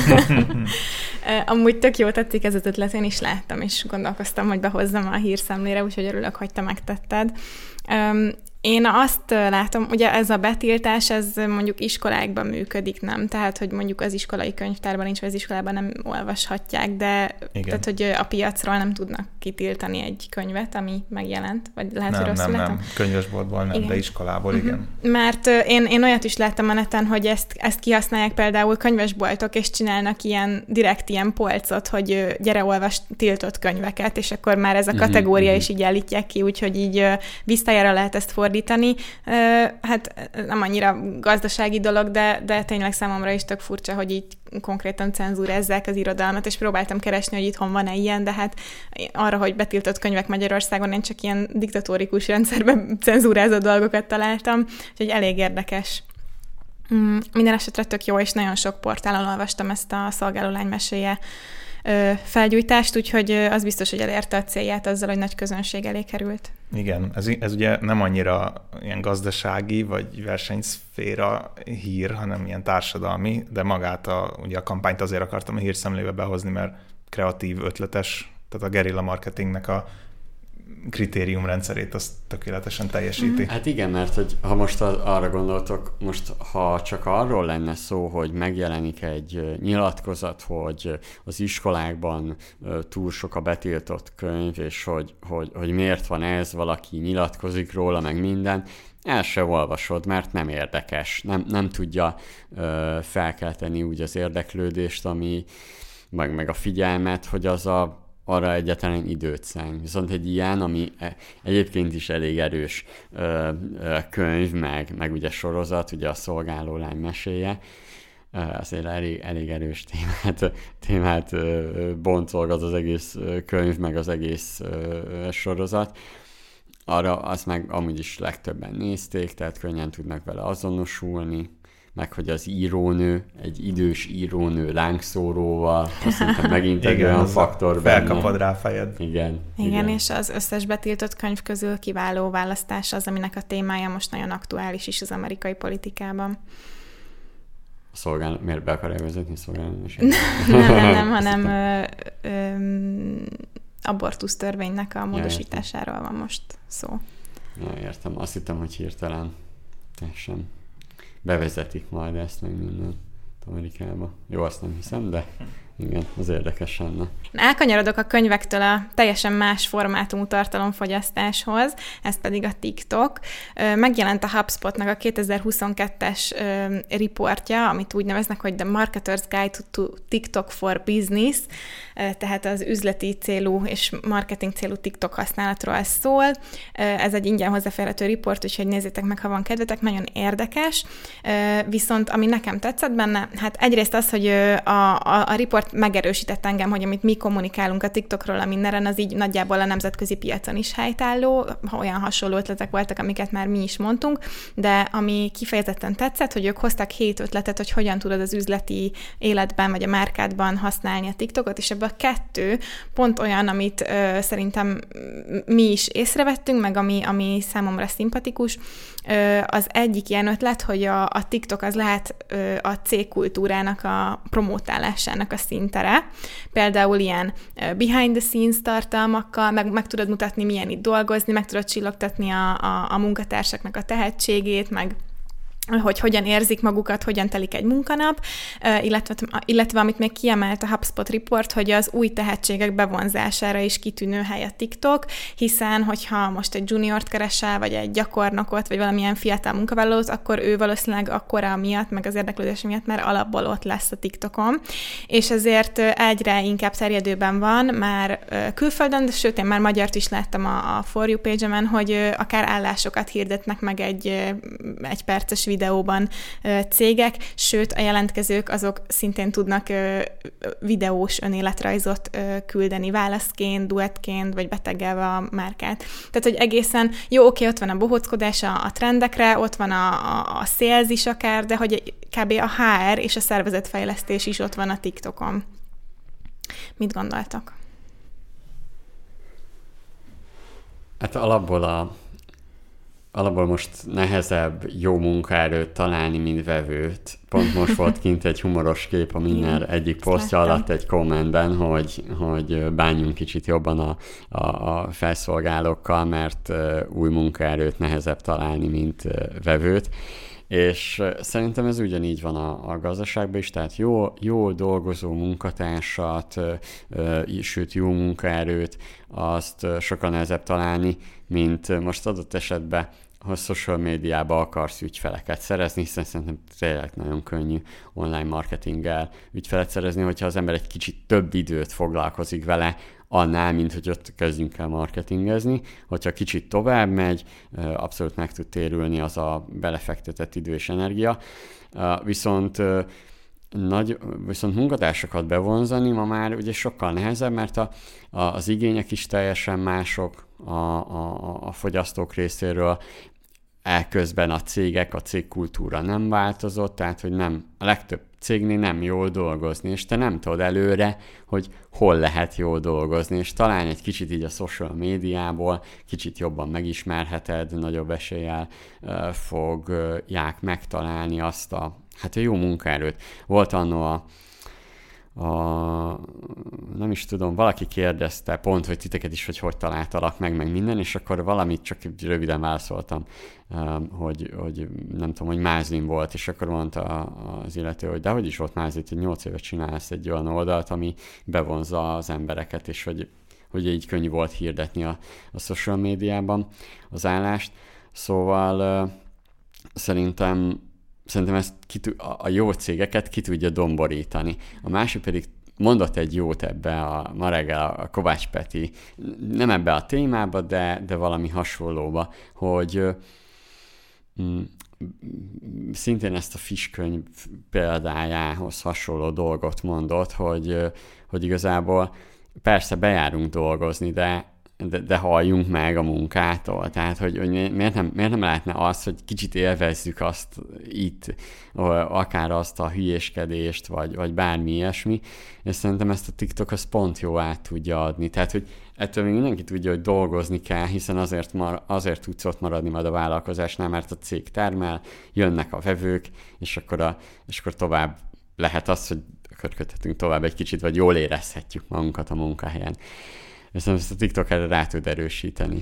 Amúgy tök jó tetszik ez az ötlet, én is láttam, és gondolkoztam, hogy behozzam a hírszemlére, úgyhogy örülök, hogy te megtetted. Én azt látom, ugye ez a betiltás, ez mondjuk iskolákban működik, nem? Tehát, hogy mondjuk az iskolai könyvtárban nincs, vagy az iskolában nem olvashatják, de Igen. tehát, hogy a piacról nem tudnak kitiltani egy könyvet, ami megjelent, vagy lehet, nem, hogy rosszul nem, látom? nem, könyvesboltból nem, igen. De iskolából, uh-huh. igen. Mert én, én olyat is láttam a neten, hogy ezt, ezt kihasználják például könyvesboltok, és csinálnak ilyen, direkt ilyen polcot, hogy gyere, olvas tiltott könyveket, és akkor már ez a kategória uh-huh. is így állítják ki, úgyhogy így visszajára lehet ezt fordítani. Hát nem annyira gazdasági dolog, de, de tényleg számomra is tök furcsa, hogy így konkrétan cenzúrázzák az irodalmat, és próbáltam keresni, hogy itthon van-e ilyen, de hát arra, hogy betiltott könyvek Magyarországon, én csak ilyen diktatórikus rendszerben cenzúrázott dolgokat találtam, úgyhogy elég érdekes. Minden esetre tök jó, és nagyon sok portálon olvastam ezt a Szolgálolány meséje felgyújtást, úgyhogy az biztos, hogy elérte a célját azzal, hogy nagy közönség elé került. Igen, ez, ez ugye nem annyira ilyen gazdasági vagy versenyszféra hír, hanem ilyen társadalmi, de magát a, ugye a kampányt azért akartam a hírszemlébe behozni, mert kreatív, ötletes, tehát a guerilla marketingnek a kritériumrendszerét azt tökéletesen teljesíti. Hát igen, mert hogy ha most arra gondoltok, most ha csak arról lenne szó, hogy megjelenik egy nyilatkozat, hogy az iskolákban túl sok a betiltott könyv, és hogy, hogy, hogy miért van ez, valaki nyilatkozik róla, meg minden, el se olvasod, mert nem érdekes, nem, nem tudja ö, felkelteni úgy az érdeklődést, ami, meg, meg a figyelmet, hogy az a arra egyáltalán időt szán. Viszont egy ilyen, ami egyébként is elég erős ö, ö, könyv, meg, meg ugye sorozat, ugye a Szolgálolány meséje, ö, azért elég, elég erős témát, témát ö, boncolgat az egész könyv, meg az egész ö, sorozat. Arra azt meg amúgy is legtöbben nézték, tehát könnyen tudnak vele azonosulni, meg hogy az írónő, egy idős írónő lángszóróval, azt szerintem megint egy igen, olyan faktor benne. Felkapad rá fejed. Igen, igen. Igen, és az összes betiltott könyv közül kiváló választás az, aminek a témája most nagyon aktuális is az amerikai politikában. A szolgál... Miért be akarja vezetni szolgálni? nem, nem, nem, hanem ö, ö, abortusz törvénynek a módosításáról van most szó. Ja, értem. Azt hittem, hogy hirtelen teljesen bevezetik majd ezt meg minden Amerikába. Jó, azt nem hiszem, de igen, az érdekes lenne. Elkanyarodok a könyvektől a teljesen más formátumú tartalomfogyasztáshoz, ez pedig a TikTok. Megjelent a HubSpotnak a kétezer-huszonkettes riportja, amit úgy neveznek, hogy The Marketer's Guide to TikTok for Business, tehát az üzleti célú és marketing célú TikTok használatról szól. Ez egy ingyen hozzáférhető riport, úgyhogy nézzétek meg, ha van kedvetek, nagyon érdekes. Viszont ami nekem tetszett benne, hát egyrészt az, hogy a, a, a riport megerősített engem, hogy amit mi kommunikálunk a TikTokról, a mindenen, az így nagyjából a nemzetközi piacon is helytálló, olyan hasonló ötletek voltak, amiket már mi is mondtunk, de ami kifejezetten tetszett, hogy ők hoztak hét ötletet, hogy hogyan tudod az üzleti életben vagy a márkádban használni a TikTokot, és ebből a kettő pont olyan, amit ö, szerintem mi is észrevettünk, meg ami, ami számomra szimpatikus. Ö, az egyik ilyen ötlet, hogy a, a TikTok az lehet ö, a cégkultúrának a promótálásának a szintere. Például ilyen behind the scenes tartalmakkal, meg, meg tudod mutatni, milyen itt dolgozni, meg tudod csillogtatni a, a, a munkatársaknak a tehetségét, meg hogy hogyan érzik magukat, hogyan telik egy munkanap, illetve, illetve amit még kiemelt a HubSpot report, hogy az új tehetségek bevonzására is kitűnő hely a TikTok, hiszen hogyha most egy juniort keresel, vagy egy gyakornokot, vagy valamilyen fiatal munkavállalót, akkor ő valószínűleg akkora miatt, meg az érdeklődés miatt már alapból ott lesz a TikTokon, és ezért egyre inkább terjedőben van már külföldön, de sőt, én már magyart is láttam a, a For You page-emen, hogy akár állásokat hirdetnek meg egy, egy perces videóban cégek, sőt a jelentkezők azok szintén tudnak videós önéletrajzot küldeni válaszként, duettként, vagy beteggelve a márkát. Tehát, hogy egészen jó, oké, ott van a bohóckodás a, a trendekre, ott van a, a, a sales is akár, de hogy kb. A há er és a szervezetfejlesztés is ott van a TikTokon. Mit gondoltak? Hát alapból a Alapból most nehezebb jó munkaerőt találni, mint vevőt. Pont most volt kint egy humoros kép a Minner egyik posztja alatt egy kommentben, hogy, hogy bánjunk kicsit jobban a, a, a felszolgálókkal, mert új munkaerőt nehezebb találni, mint vevőt. És szerintem ez ugyanígy van a, a gazdaságban is, tehát jó, jó dolgozó munkatársat, sőt jó munkaerőt, azt sokkal nehezebb találni, mint most adott esetben, ha social médiába akarsz ügyfeleket szerezni, hiszen szerintem tényleg nagyon könnyű online marketinggel ügyfelet szerezni, hogyha az ember egy kicsit több időt foglalkozik vele, annál, mint hogy ott kezdjünk el marketingezni. Hogyha kicsit tovább megy, abszolút meg tud térülni az a belefektetett idő és energia. Viszont, nagy, viszont munkatársakat bevonzani ma már ugye sokkal nehezebb, mert a, a, az igények is teljesen mások a, a, a fogyasztók részéről. Elközben a cégek, a cégkultúra nem változott, tehát hogy nem, a legtöbb cégnél nem jól dolgozni, és te nem tudod előre, hogy hol lehet jól dolgozni, és talán egy kicsit így a social médiából kicsit jobban megismerheted, nagyobb eséllyel uh, fogják megtalálni azt a, hát a jó munkaerőt. Volt annó a A, nem is tudom, valaki kérdezte pont, hogy titeket is, hogy hogy találtalak meg, meg minden, és akkor valamit csak röviden válaszoltam, hogy, hogy nem tudom, hogy Mázlin volt, és akkor mondta az illető, hogy de hogy is volt Mázlin, hogy nyolc évet csinálsz egy olyan oldalt, ami bevonza az embereket, és hogy, hogy így könnyű volt hirdetni a, a social médiában az állást. Szóval szerintem Szerintem ezt ki, a jó cégeket ki tudja domborítani. A másik pedig mondott egy jót ebbe a, ma reggel a Kovács Peti, nem ebbe a témába, de, de valami hasonlóba, hogy mm, szintén ezt a Fiskönyv példájához hasonló dolgot mondott, hogy, hogy igazából persze bejárunk dolgozni, de De, de halljunk meg a munkától. Tehát, hogy, hogy miért, nem, miért nem lehetne az, hogy kicsit élvezzük azt itt, akár azt a hülyéskedést, vagy, vagy bármi ilyesmi, és szerintem ezt a TikTok az pont jó át tudja adni. Tehát, hogy ettől még mindenki tudja, hogy dolgozni kell, hiszen azért, mar, azért tudsz ott maradni majd a vállalkozásnál, mert a cég termel, jönnek a vevők, és akkor, a, és akkor tovább lehet az, hogy akkor köthetünk tovább egy kicsit, vagy jól érezhetjük magunkat a munkahelyen. És ezt a TikTok erre rá tud erősíteni.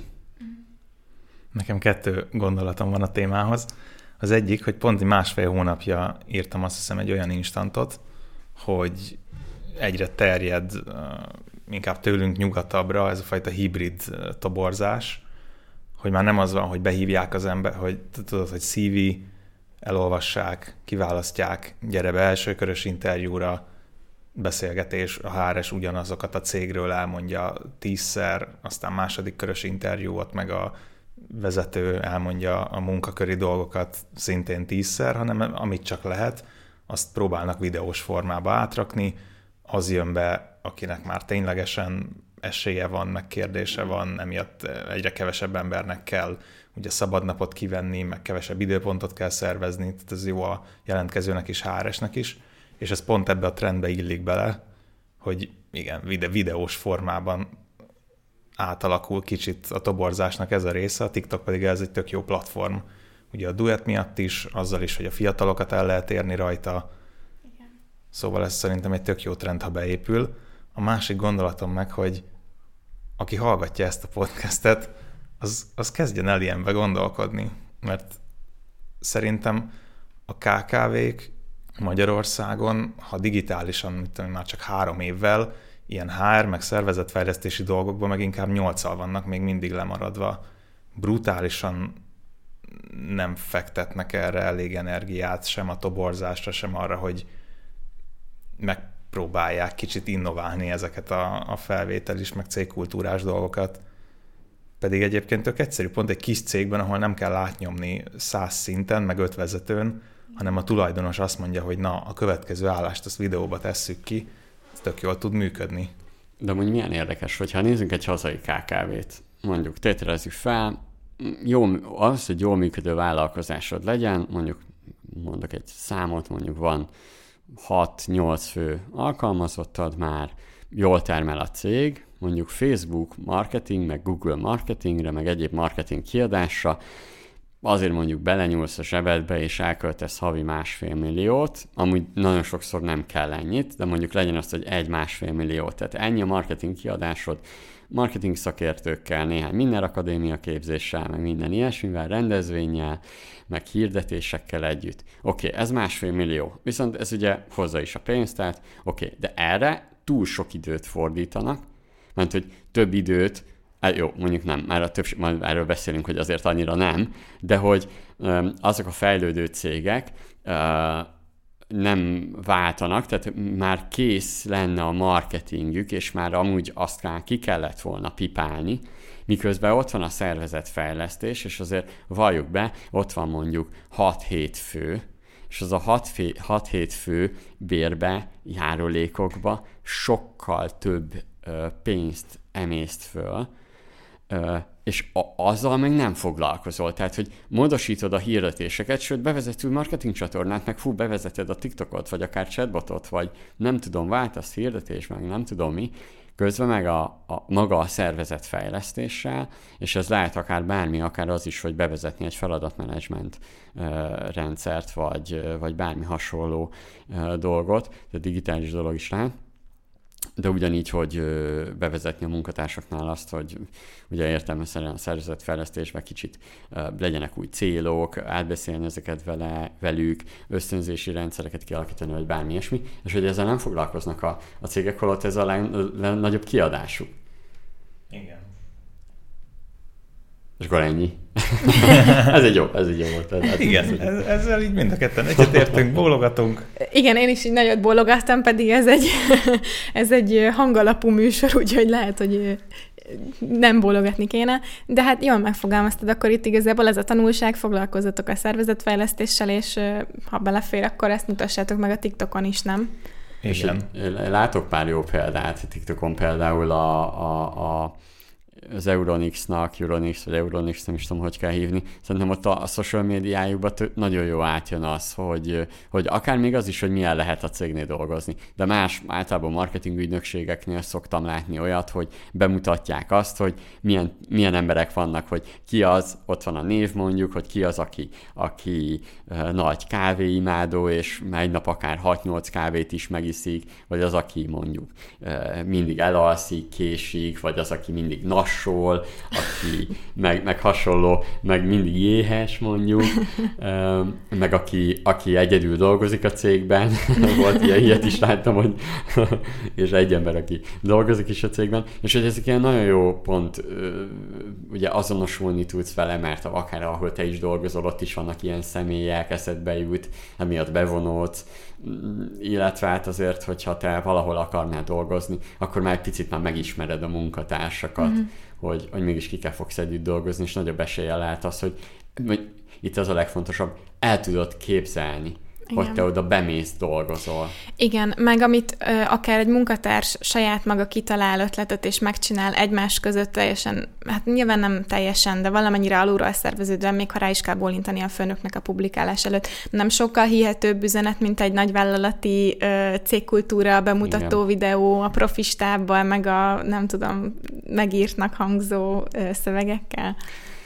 Nekem kettő gondolatom van a témához. Az egyik, hogy pont másfél hónapja írtam azt hiszem egy olyan instantot, hogy egyre terjed, inkább tőlünk nyugatabbra ez a fajta hibrid toborzás, hogy már nem az van, hogy behívják az ember, hogy tudod, hogy cé vé, elolvassák, kiválasztják, gyere be elsőkörös interjúra, beszélgetés, a há er es ugyanazokat a cégről elmondja tízszer, aztán második körös interjú, ott meg a vezető elmondja a munkaköri dolgokat szintén tízszer, hanem amit csak lehet, azt próbálnak videós formába átrakni, az jön be, akinek már ténylegesen esélye van, meg kérdése van, emiatt egyre kevesebb embernek kell ugye szabadnapot kivenni, meg kevesebb időpontot kell szervezni, tehát ez jó a jelentkezőnek is, há er esnek is, és ez pont ebbe a trendbe illik bele, hogy igen, vide- videós formában átalakul kicsit a toborzásnak ez a része, a TikTok pedig ez egy tök jó platform. Ugye a duett miatt is, azzal is, hogy a fiatalokat el lehet érni rajta. Igen. Szóval ez szerintem egy tök jó trend, ha beépül. A másik gondolatom meg, hogy aki hallgatja ezt a podcastet, az, az kezdjen el ilyenbe gondolkodni, mert szerintem a ká ká vék Magyarországon, ha digitálisan, mit tudom, már csak három évvel, ilyen há er, meg szervezetfejlesztési dolgokban meg inkább nyolccal vannak még mindig lemaradva. Brutálisan nem fektetnek erre elég energiát, sem a toborzásra, sem arra, hogy megpróbálják kicsit innoválni ezeket a, a felvételis, meg cégkultúrás dolgokat. Pedig egyébként tök egyszerű, pont egy kis cégben, ahol nem kell átnyomni száz szinten, meg öt vezetőn, hanem a tulajdonos azt mondja, hogy na, a következő állást azt videóba tesszük ki, ez tök jól tud működni. De mondjuk milyen érdekes, hogyha nézzünk egy hazai ká ká vét, mondjuk tételezzük fel, jó, az, hogy jól működő vállalkozásod legyen, mondjuk mondok egy számot, mondjuk van hat-nyolc fő alkalmazottad már, jól termel a cég, mondjuk Facebook marketing, meg Google marketingre, meg egyéb marketing kiadásra, azért mondjuk belenyúlsz a zsebedbe, és elköltesz havi másfél milliót, amúgy nagyon sokszor nem kell ennyit, de mondjuk legyen az, hogy egy másfél milliót, tehát ennyi a marketing kiadásod, marketing szakértőkkel, néhány minden akadémia képzéssel, meg minden ilyesmivel, rendezvénnyel, meg hirdetésekkel együtt. Oké, okay, ez másfél millió, viszont ez ugye hozza is a pénzt, tehát oké, okay, de erre túl sok időt fordítanak, mert hogy több időt, jó, mondjuk nem, már a több, majd erről beszélünk, hogy azért annyira nem, de hogy azok a fejlődő cégek nem váltanak, tehát már kész lenne a marketingük, és már amúgy azt kell, ki kellett volna pipálni, miközben ott van a szervezetfejlesztés, és azért valljuk be, ott van mondjuk hat-hét fő, és az a hat-hét fő bérbe, járulékokba sokkal több ö, pénzt emészt föl, ö, és a, azzal meg nem foglalkozol. Tehát, hogy módosítod a hirdetéseket, sőt, bevezetsz új marketing csatornát, meg fú, bevezeted a TikTokot, vagy akár chatbotot, vagy nem tudom, váltasz hirdetés, meg nem tudom mi, közben meg a, a maga a szervezetfejlesztéssel, és ez lehet akár bármi, akár az is, hogy bevezetni egy feladatmenedzsment uh, rendszert, vagy, uh, vagy bármi hasonló uh, dolgot, de digitális dolog is lehet. De ugyanígy, hogy uh, bevezetni a munkatársaknál azt, hogy ugye értelmeszerűen a szervezetfejlesztésben kicsit uh, legyenek új célok, átbeszélni ezeket vele, velük, ösztönzési rendszereket kialakítani, vagy bármi ilyesmi, és hogy ezzel nem foglalkoznak a, a cégek, holott ez a legnagyobb kiadásuk. Igen. És akkor ennyi. ez egy jó, ez egy jó volt. Ez, Igen, ez, ezzel így mind a ketten egyetértünk, bólogatunk. Igen, én is így nagyot bólogattam, pedig ez egy, ez egy hangalapú műsor, úgyhogy lehet, hogy nem bólogatni kéne, de hát jól megfogalmaztad, akkor itt igazából ez a tanulság, foglalkozzatok a szervezetfejlesztéssel, és ha belefér, akkor ezt mutassátok meg a TikTokon is, nem? Igen. Látok pár jó példát TikTokon, például a, a, a az Euronix-nak, Euronix, vagy Euronix, nem is tudom, hogy kell hívni. Szerintem ott a, a social médiájukban t- nagyon jó átjön az, hogy, hogy akár még az is, hogy milyen lehet a cégnél dolgozni. De más általában marketing ügynökségeknél szoktam látni olyat, hogy bemutatják azt, hogy milyen, milyen emberek vannak, hogy ki az, ott van a név mondjuk, hogy ki az, aki, aki uh, nagy kávéimádó, és egy nap akár hat-nyolc kávét is megiszik, vagy az, aki mondjuk uh, mindig elalszik, késik, vagy az, aki mindig nas Sól, aki meg, meg hasonló, meg mindig éhes mondjuk, meg aki, aki egyedül dolgozik a cégben, volt ilyen, ilyet is láttam, hogy és egy ember, aki dolgozik is a cégben, és hogy ezek ilyen nagyon jó pont, ugye azonosulni tudsz vele, mert akár ahol te is dolgozol, ott is vannak ilyen személyek, eszedbe jut, emiatt bevonódsz, illetve hát azért, hogyha te valahol akarnál dolgozni, akkor már egy picit már megismered a munkatársakat, mm-hmm. hogy, hogy mégis kikkel fogsz együtt dolgozni, és nagyobb eséllyel lehet az, hogy, hogy itt az a legfontosabb, el tudod képzelni, igen. hogy te oda bemész, dolgozol. Igen, meg amit ö, akár egy munkatárs saját maga kitalál ötletet és megcsinál egymás között teljesen, hát nyilván nem teljesen, de valamennyire alulról szerveződően, még ha rá is kell bólintani a főnöknek a publikálás előtt. Nem sokkal hihetőbb üzenet, mint egy nagyvállalati ö, cégkultúra bemutató igen. videó a profistábbal, meg a nem tudom, megírtnak hangzó ö, szövegekkel.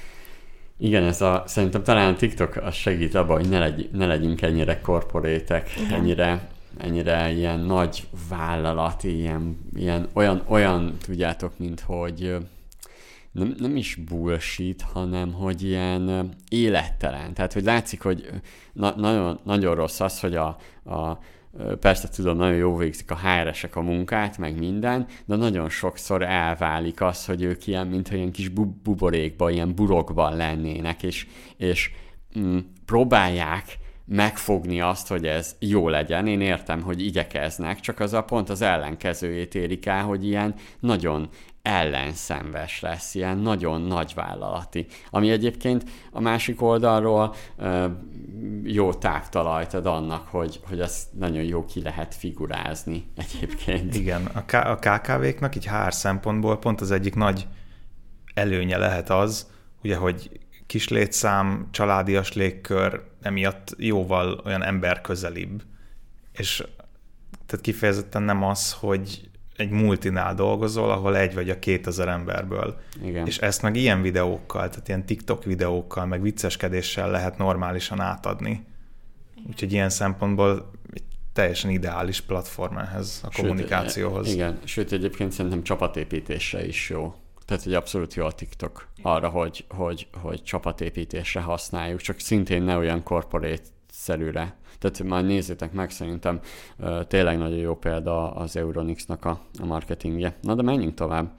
Igen, ez a, szerintem talán a TikTok az segít abban, hogy ne, legy, ne legyünk ennyire korporétek, ennyire, ennyire ilyen nagy vállalati, ilyen, ilyen olyan, olyan, tudjátok, mint hogy nem, nem is bullshit, hanem hogy ilyen élettelen. Tehát, hogy látszik, hogy na, nagyon, nagyon rossz az, hogy a, a persze tudom, nagyon jó végzik a há er esek a munkát, meg minden, de nagyon sokszor elválik az, hogy ők ilyen, mintha ilyen kis bu- buborékban, ilyen burokban lennének, és, és mm, próbálják megfogni azt, hogy ez jó legyen. Én értem, hogy igyekeznek, csak az a pont az ellenkezőjét érik el, hogy ilyen nagyon ellenszenves lesz, ilyen nagyon nagyvállalati. Ami egyébként a másik oldalról uh, jó táptalajt ad annak, hogy, hogy ezt nagyon jó ki lehet figurázni egyébként. Igen, a, K- a ká ká véknak így há er szempontból pont az egyik nagy előnye lehet az, ugye, hogy kis létszám, családias légkör, emiatt jóval olyan emberközelibb. És tehát kifejezetten nem az, hogy egy multinál dolgozol, ahol egy vagy a kétezer emberből. Igen. És ezt meg ilyen videókkal, tehát ilyen TikTok videókkal, meg vicceskedéssel lehet normálisan átadni. Igen. Úgyhogy ilyen szempontból teljesen ideális platform ehhez a kommunikációhoz. Sőt, igen, sőt egyébként szerintem csapatépítésre is jó. Tehát, hogy abszolút jó a TikTok arra, hogy, hogy, hogy csapatépítésre használjuk, csak szintén ne olyan corporate-szerűre. Tehát majd nézzétek meg, szerintem uh, tényleg nagyon jó példa az Euronicsnak a, a marketingje. Na, de menjünk tovább.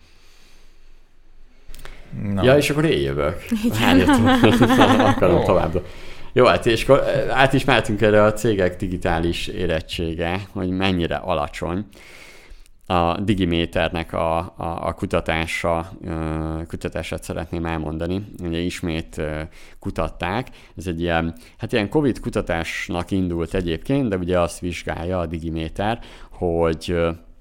No. Ja, és akkor én jövök. Akarom tovább. Jó, hát és akkor át is mehetünk erre a cégek digitális érettsége, hogy mennyire alacsony. A Digiméternek a, a, a kutatása, kutatását szeretném elmondani. Ugye ismét kutatták. Ez egy ilyen, hát ilyen Covid kutatásnak indult egyébként, de ugye azt vizsgálja a Digiméter, hogy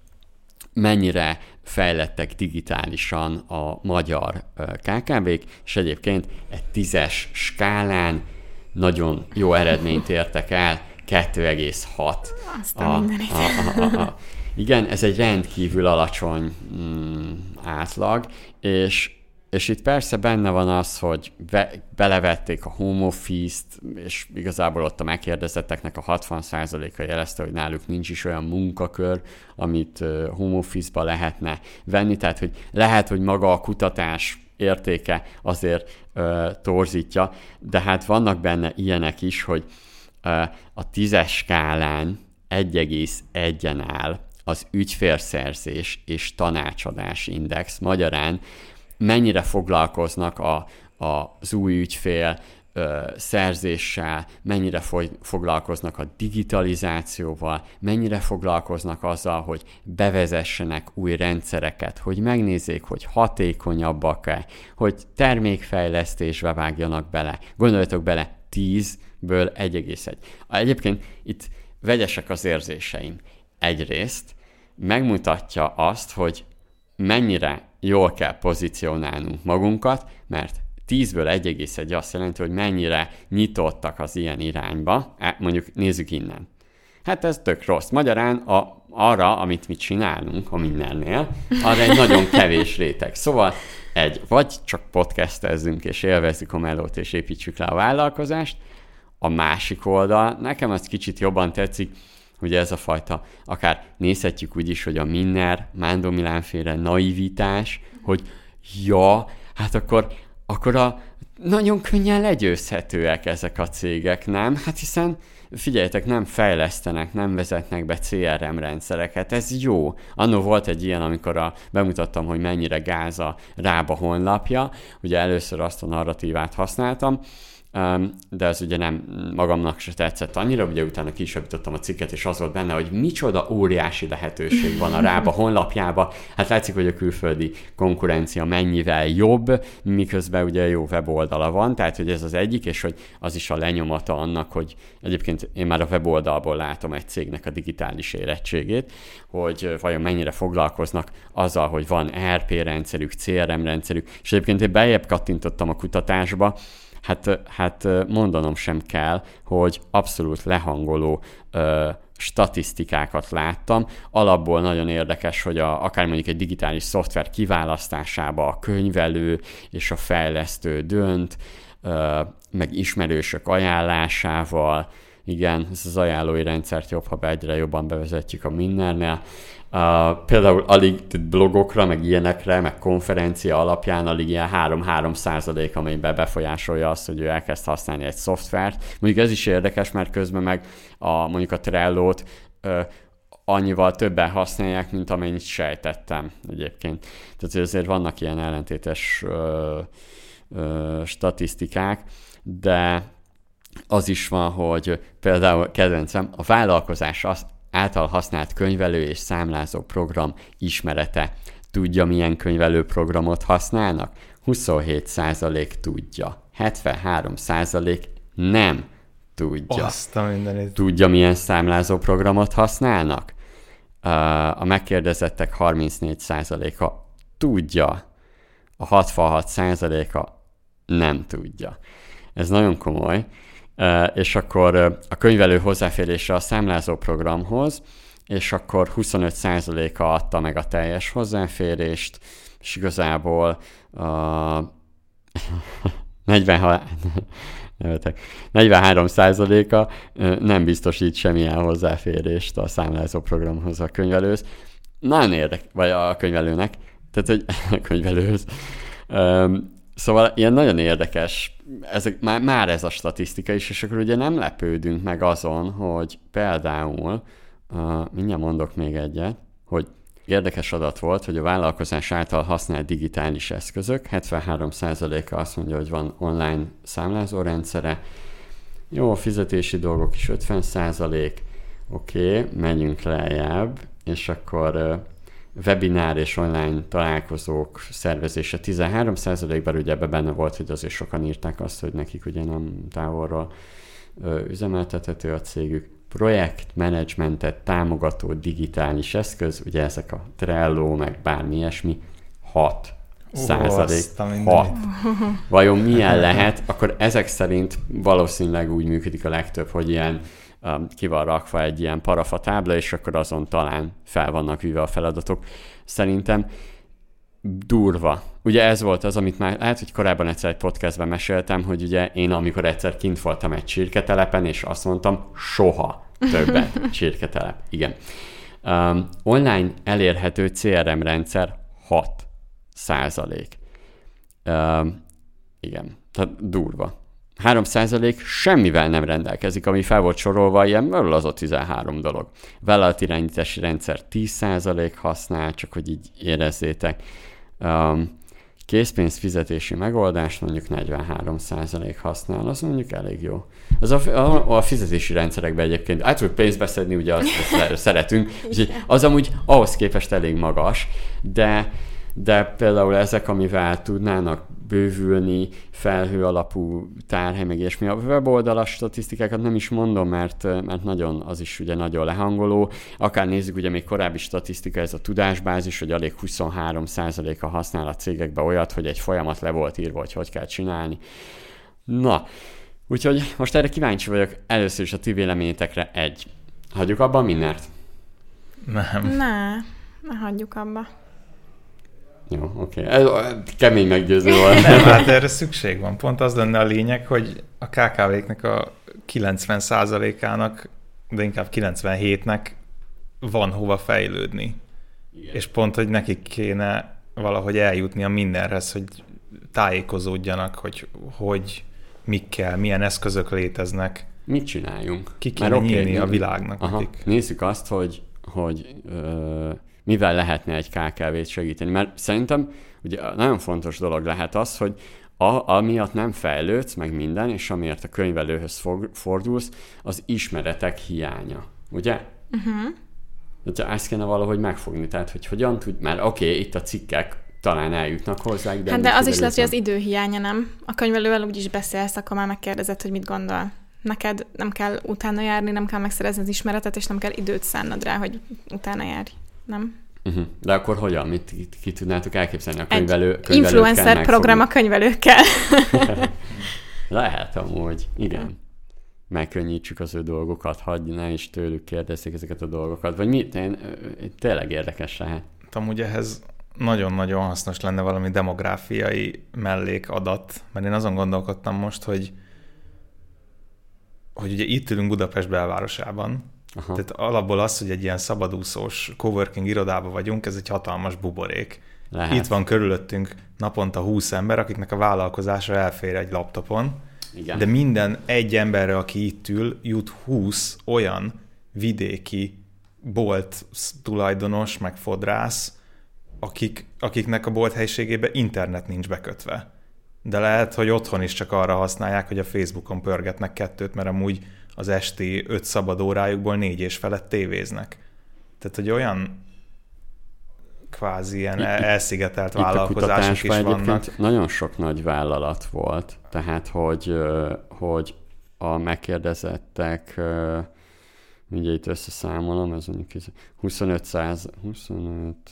mennyire fejlettek digitálisan a magyar ká ká vék, és egyébként egy tízes skálán nagyon jó eredményt értek el, kettő egész hat. Azt a, a, a, a, a, igen, ez egy rendkívül alacsony mm, átlag, és, és itt persze benne van az, hogy be, belevették a home office-t, és igazából ott a megkérdezetteknek a hatvan százaléka jelezte, hogy náluk nincs is olyan munkakör, amit uh, home office-ba lehetne venni, tehát hogy lehet, hogy maga a kutatás értéke azért uh, torzítja, de hát vannak benne ilyenek is, hogy uh, a tízes skálán egy egész egyen áll az ügyfélszerzés és tanácsadás index. Magyarán mennyire foglalkoznak a, a, az új ügyfél ö, szerzéssel, mennyire foly, foglalkoznak a digitalizációval, mennyire foglalkoznak azzal, hogy bevezessenek új rendszereket, hogy megnézzék, hogy hatékonyabbak-e, hogy termékfejlesztésbe vágjanak bele. Gondoljatok bele, tízből egy egész egy. Egyébként itt vegyesek az érzéseim. Egyrészt megmutatja azt, hogy mennyire jól kell pozícionálnunk magunkat, mert tízből egy egész egy azt jelenti, hogy mennyire nyitottak az ilyen irányba. Mondjuk nézzük innen. Hát ez tök rossz. Magyarán a, arra, amit mi csinálunk a mindennél, arra egy nagyon kevés réteg. Szóval egy, vagy csak podcastezzünk és élvezzük a melót és építsük le a vállalkozást. A másik oldal, nekem az kicsit jobban tetszik, ugye ez a fajta, akár nézhetjük úgy is, hogy a Minner, Mándor Milánféle naivitás, hogy ja, hát akkor, akkor a nagyon könnyen legyőzhetőek ezek a cégek, nem? Hát hiszen figyeljetek, nem fejlesztenek, nem vezetnek be cé er em rendszereket, ez jó. Annó volt egy ilyen, amikor a, bemutattam, hogy mennyire gáz a Rába honlapja, ugye először azt a narratívát használtam, de ez ugye nem magamnak se tetszett annyira, ugye utána kisabítottam a cikket, és az volt benne, hogy micsoda óriási lehetőség van a Rába honlapjába. Hát látszik, hogy a külföldi konkurencia mennyivel jobb, miközben ugye jó weboldala van, tehát hogy ez az egyik, és hogy az is a lenyomata annak, hogy egyébként én már a weboldalból látom egy cégnek a digitális érettségét, hogy vajon mennyire foglalkoznak azzal, hogy van é er pé rendszerük, cé er em rendszerük, és egyébként én beljebb kattintottam a kutatásba. Hát, hát mondanom sem kell, hogy abszolút lehangoló ö, statisztikákat láttam. Alapból nagyon érdekes, hogy a, akár mondjuk egy digitális szoftver kiválasztásába a könyvelő és a fejlesztő dönt, ö, meg ismerősök ajánlásával. Igen, ez az ajánlói rendszert jobb, ha egyre jobban bevezetjük a Minnernél. Uh, például alig blogokra, meg ilyenekre, meg konferencia alapján alig ilyen három-három százalék, amelyben befolyásolja azt, hogy ő elkezd használni egy szoftvert. Mondjuk ez is érdekes, mert közben meg a, mondjuk a Trello-t uh, annyival többen használják, mint amennyit sejtettem egyébként. Tehát azért vannak ilyen ellentétes uh, uh, statisztikák, de az is van, hogy például kedvencem, a vállalkozás azt által használt könyvelő és számlázó program ismerete. Tudja, milyen könyvelő programot használnak? huszonhét százalék tudja. hetvenhárom százalék nem tudja. Azt a mindenit. Tudja, milyen számlázó programot használnak? A megkérdezettek harmincnégy százaléka tudja. A hatvanhat százaléka nem tudja. Ez nagyon komoly. Uh, és akkor uh, a könyvelő hozzáférése a számlázó programhoz, és akkor huszonöt százaléka adta meg a teljes hozzáférést, és igazából uh, negyvenhárom százaléka nem biztosít semmilyen hozzáférést a számlázó programhoz a könyvelőhöz. Nagyon érdekes, vagy a könyvelőnek, tehát hogy a könyvelőhöz. Szóval ilyen nagyon érdekes, ezek, már, már ez a statisztika is, és akkor ugye nem lepődünk meg azon, hogy például, uh, mindjárt mondok még egyet, hogy érdekes adat volt, hogy a vállalkozás által használt digitális eszközök, hetvenhárom százaléka azt mondja, hogy van online számlázórendszere, jó, a fizetési dolgok is ötven százalék, oké, okay, menjünk lejjebb, és akkor uh, webinár és online találkozók szervezése tizenhárom százalékban, ugye ebben benne volt, hogy azért sokan írták azt, hogy nekik ugye nem távolról ö, üzemeltethető a cégük. Projektmenedzsmentet támogató digitális eszköz, ugye ezek a Trello, meg bármi ilyesmi, hat százalék. hat. Vajon milyen lehet? Akkor ezek szerint valószínűleg úgy működik a legtöbb, hogy ilyen um, ki van rakva egy ilyen parafa tábla, és akkor azon talán fel vannak víve a feladatok. Szerintem durva. Ugye ez volt az, amit már lehet, hogy korábban egyszer egy podcastben meséltem, hogy ugye én amikor egyszer kint voltam egy csirketelepen, és azt mondtam, soha többet csirketelep. Igen. Um, online elérhető cé er em rendszer hat százalék. Um, igen, tehát durva. három százalék semmivel nem rendelkezik, ami fel volt sorolva, ilyen az a tizenhárom dolog. Vállalatirányítási rendszer tíz százalék használ, csak hogy így érezzétek. Um, készpénzfizetési megoldást mondjuk negyvenhárom százalék használ, az mondjuk elég jó. Az a, a, a fizetési rendszerekben egyébként át tudjuk pénzt beszedni, ugye azt, azt szeretünk, úgyhogy az amúgy ahhoz képest elég magas, de, de például ezek, amivel tudnának bővülni, felhő alapú tárhely, meg ilyesmi. A weboldalas statisztikákat nem is mondom, mert, mert nagyon, az is ugye nagyon lehangoló. Akár nézzük, ugye még korábbi statisztika, ez a tudásbázis, hogy alig huszonhárom százaléka használ a cégekbe olyat, hogy egy folyamat le volt írva, hogy hogy kell csinálni. Na, úgyhogy most erre kíváncsi vagyok. Először is a ti véleményetekre egy. Hagyjuk abba a Minnert? Nem. Ne, ne hagyjuk abba. Jó, oké. Okay. Kemény meggyőző volt. Nem, hát erre szükség van. Pont az lenne a lényeg, hogy a ká ká véknek a kilencven százalékának, de inkább kilencvenhétnek van hova fejlődni. Igen. És pont, hogy nekik kéne valahogy eljutni a mindenhez, hogy tájékozódjanak, hogy, hogy mik kell, milyen eszközök léteznek. Mit csináljunk? Ki kéne Mert nyílni okay, a világnak. Aha, nézzük azt, hogy, hogy ö, mivel lehetne egy ká ká vét segíteni. Mert szerintem ugye nagyon fontos dolog lehet az, hogy a, amiatt nem fejlődsz, meg minden, és amiért a könyvelőhöz for, fordulsz, az ismeretek hiánya. Ugye? Uh-huh. Tehát ezt kéne valahogy megfogni. Tehát, hogy hogyan tud, mert oké, okay, itt a cikkek talán eljutnak hozzá. De, hát de az is lesz, hogy az idő hiánya, nem? A könyvelővel úgyis beszélsz, akkor már megkérdezed, hogy mit gondol. Neked nem kell utána járni, nem kell megszerezni az ismeretet, és nem kell időt szánnod rá, hogy utána járj. Nem? Uh-huh. De akkor hogyan? Mit ki, ki tudnátok elképzelni? A könyvelő, egy influencer program a könyvelőkkel. Lehet amúgy, igen. Megkönnyítsük az ő dolgokat, hagyj, ne is tőlük kérdezzék ezeket a dolgokat. Vagy mi? Tényleg érdekes lehet. Amúgy ehhez nagyon-nagyon hasznos lenne valami demográfiai mellékadat, mert én azon gondolkodtam most, hogy hogy ugye itt ülünk Budapest belvárosában, aha. Tehát alapból az, hogy egy ilyen szabadúszós coworking irodában vagyunk, ez egy hatalmas buborék. Lehet. Itt van körülöttünk naponta húsz ember, akiknek a vállalkozása elfér egy laptopon, igen. De minden egy emberre, aki itt ül, jut húsz olyan vidéki bolt tulajdonos, meg fodrász, akik, akiknek a bolt helyiségében internet nincs bekötve. De lehet, hogy otthon is csak arra használják, hogy a Facebookon pörgetnek kettőt, mert amúgy az esti öt szabad órájukból négy és felett tévéznek. Tehát, hogy olyan kvázi ilyen elszigetelt itt vállalkozások is vannak. Nagyon sok nagy vállalat volt, tehát, hogy, hogy a megkérdezettek, mindjárt itt összeszámolom, ez mondjuk huszonöt száz, huszonöt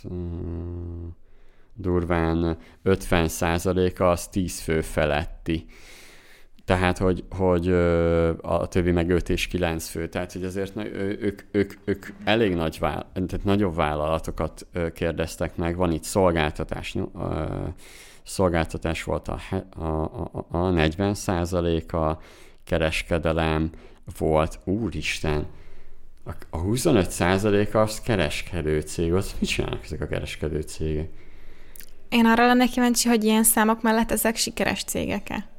durván ötven százaléka az tíz fő feletti. Tehát, hogy, hogy a többi meg öt és kilenc fő. Tehát, hogy azért ők, ők, ők elég nagy, tehát nagyobb vállalatokat kérdeztek meg. Van itt szolgáltatás, szolgáltatás volt a, a, a, a negyven százaléka, kereskedelem volt, úristen, a, a huszonöt százaléka az kereskedő cég, az mit csinálnak ezek a kereskedő cégek? Én arra lennék kíváncsi, hogy ilyen számok mellett ezek sikeres cégek-e?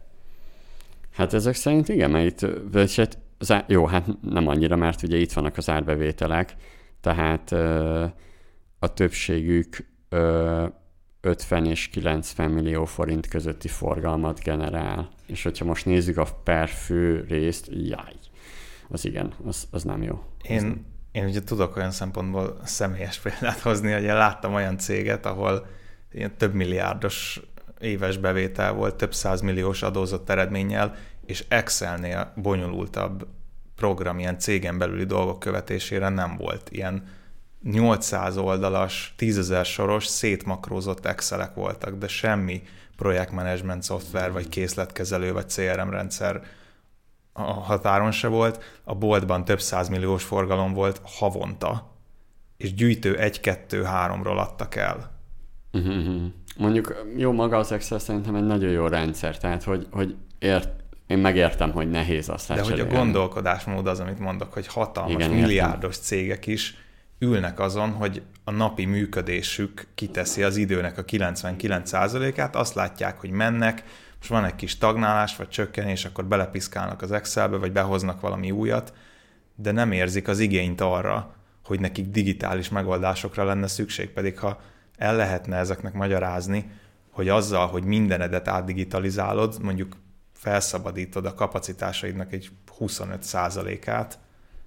Hát ezek szerint igen, mert itt, vagy hát, jó, hát nem annyira, mert ugye itt vannak az árbevételek, tehát ö, a többségük ö, ötven és kilencven millió forint közötti forgalmat generál. És hogyha most nézzük a per fő részt, jaj, az igen, az, az nem jó. Én, nem. én ugye tudok olyan szempontból személyes példát hozni, hogy én láttam olyan céget, ahol ilyen több milliárdos éves bevétel volt, több százmilliós adózott eredménnyel, és Excelnél bonyolultabb program, ilyen cégen belüli dolgok követésére nem volt. Ilyen nyolcszáz oldalas, tízezer soros, szétmakrózott Excelek voltak, de semmi projektmenedzsment szoftver, vagy készletkezelő, vagy cé er em rendszer a határon se volt. A boltban több százmilliós forgalom volt havonta, és gyűjtő egy-kettő-háromról adtak el. Uh-huh. Mondjuk jó, maga az Excel szerintem egy nagyon jó rendszer, tehát hogy, hogy ért, én megértem, hogy nehéz azt De lecserélni. hogy a gondolkodásmód az, amit mondok, hogy hatalmas, igen, milliárdos értem. Cégek is ülnek azon, hogy a napi működésük kiteszi az időnek a kilencvenkilenc százalékát, azt látják, hogy mennek, most van egy kis stagnálás, vagy csökkenés, akkor belepiszkálnak az Excelbe, vagy behoznak valami újat, de nem érzik az igényt arra, hogy nekik digitális megoldásokra lenne szükség, pedig ha el lehetne ezeknek magyarázni, hogy azzal, hogy mindenedet átdigitalizálod, mondjuk felszabadítod a kapacitásaidnak egy huszonöt százalékát,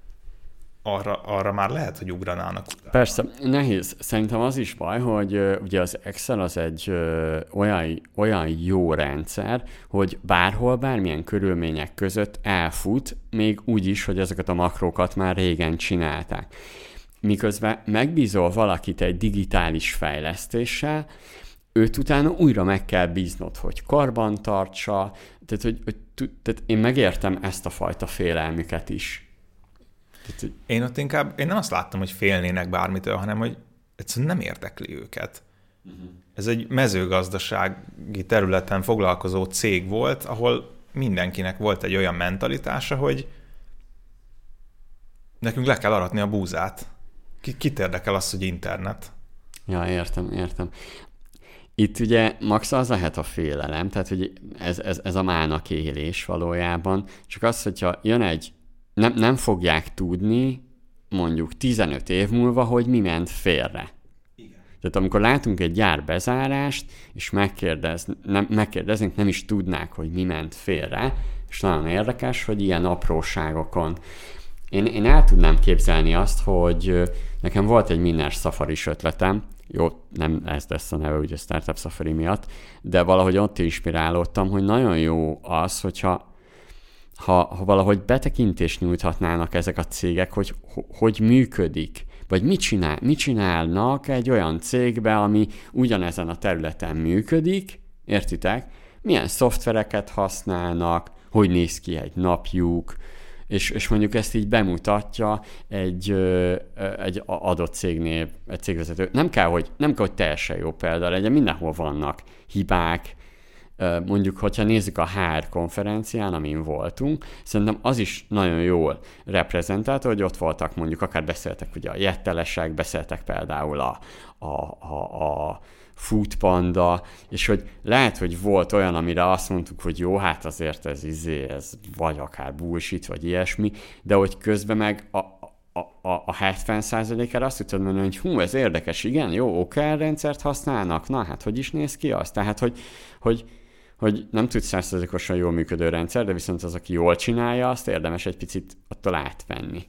arra, arra már lehet, hogy ugranának. Persze, nehéz. Szerintem az is baj, hogy uh, ugye az Excel az egy uh, olyan, olyan jó rendszer, hogy bárhol, bármilyen körülmények között elfut, még úgy is, hogy ezeket a makrókat már régen csinálták. Miközben megbízol valakit egy digitális fejlesztéssel, őt utána újra meg kell bíznod, hogy karban tartsa, tehát, hogy, hogy, tehát én megértem ezt a fajta félelmüket is. Tehát, hogy... Én ott inkább, én nem azt láttam, hogy félnének bármitől, hanem hogy egyszerűen nem érdekli őket. Uh-huh. Ez egy mezőgazdasági területen foglalkozó cég volt, ahol mindenkinek volt egy olyan mentalitása, hogy nekünk le kell aratni a búzát. Kit érdekel az, hogy internet? Ja, értem, értem. Itt ugye max az lehet a félelem, tehát hogy ez, ez, ez a mának élés valójában, csak az, hogyha jön egy, nem, nem fogják tudni mondjuk tizenöt év múlva, hogy mi ment félre. Igen. Tehát amikor látunk egy gyár bezárást, és megkérdez, nem, megkérdezünk, nem is tudnák, hogy mi ment félre, és nagyon érdekes, hogy ilyen apróságokon. Én, én el tudnám képzelni azt, hogy nekem volt egy Miners Safaris ötletem, jó, nem ez lesz a neve, ugye Startup Safari miatt, de valahogy ott inspirálódtam, hogy nagyon jó az, hogyha ha, ha valahogy betekintést nyújthatnának ezek a cégek, hogy hogy működik, vagy mit, csinál, mit csinálnak egy olyan cégbe, ami ugyanezen a területen működik, értitek? Milyen szoftvereket használnak, hogy néz ki egy napjuk, És, és mondjuk ezt így bemutatja egy, egy adott cégnél, egy cégvezető. Nem kell, hogy, nem kell, hogy teljesen jó példa legyen, mindenhol vannak hibák. Mondjuk, hogyha nézzük a há er konferencián, amin voltunk, szerintem az is nagyon jól reprezentálta, hogy ott voltak, mondjuk akár beszéltek ugye a jettelesek, beszéltek például a, a, a, a Foodpanda, és hogy lehet, hogy volt olyan, amire azt mondtuk, hogy jó, hát azért ez izé, ez vagy akár bullshit, vagy ilyesmi, de hogy közben meg a, a, a, a hetven százalékára azt tudod mondani, hogy hú, ez érdekes, igen, jó, o ká er rendszert használnak, na hát hogy is néz ki az? Tehát, hogy, hogy, hogy nem tudsz száz százalékosan jól működő rendszer, de viszont az, aki jól csinálja, azt érdemes egy picit attól átvenni.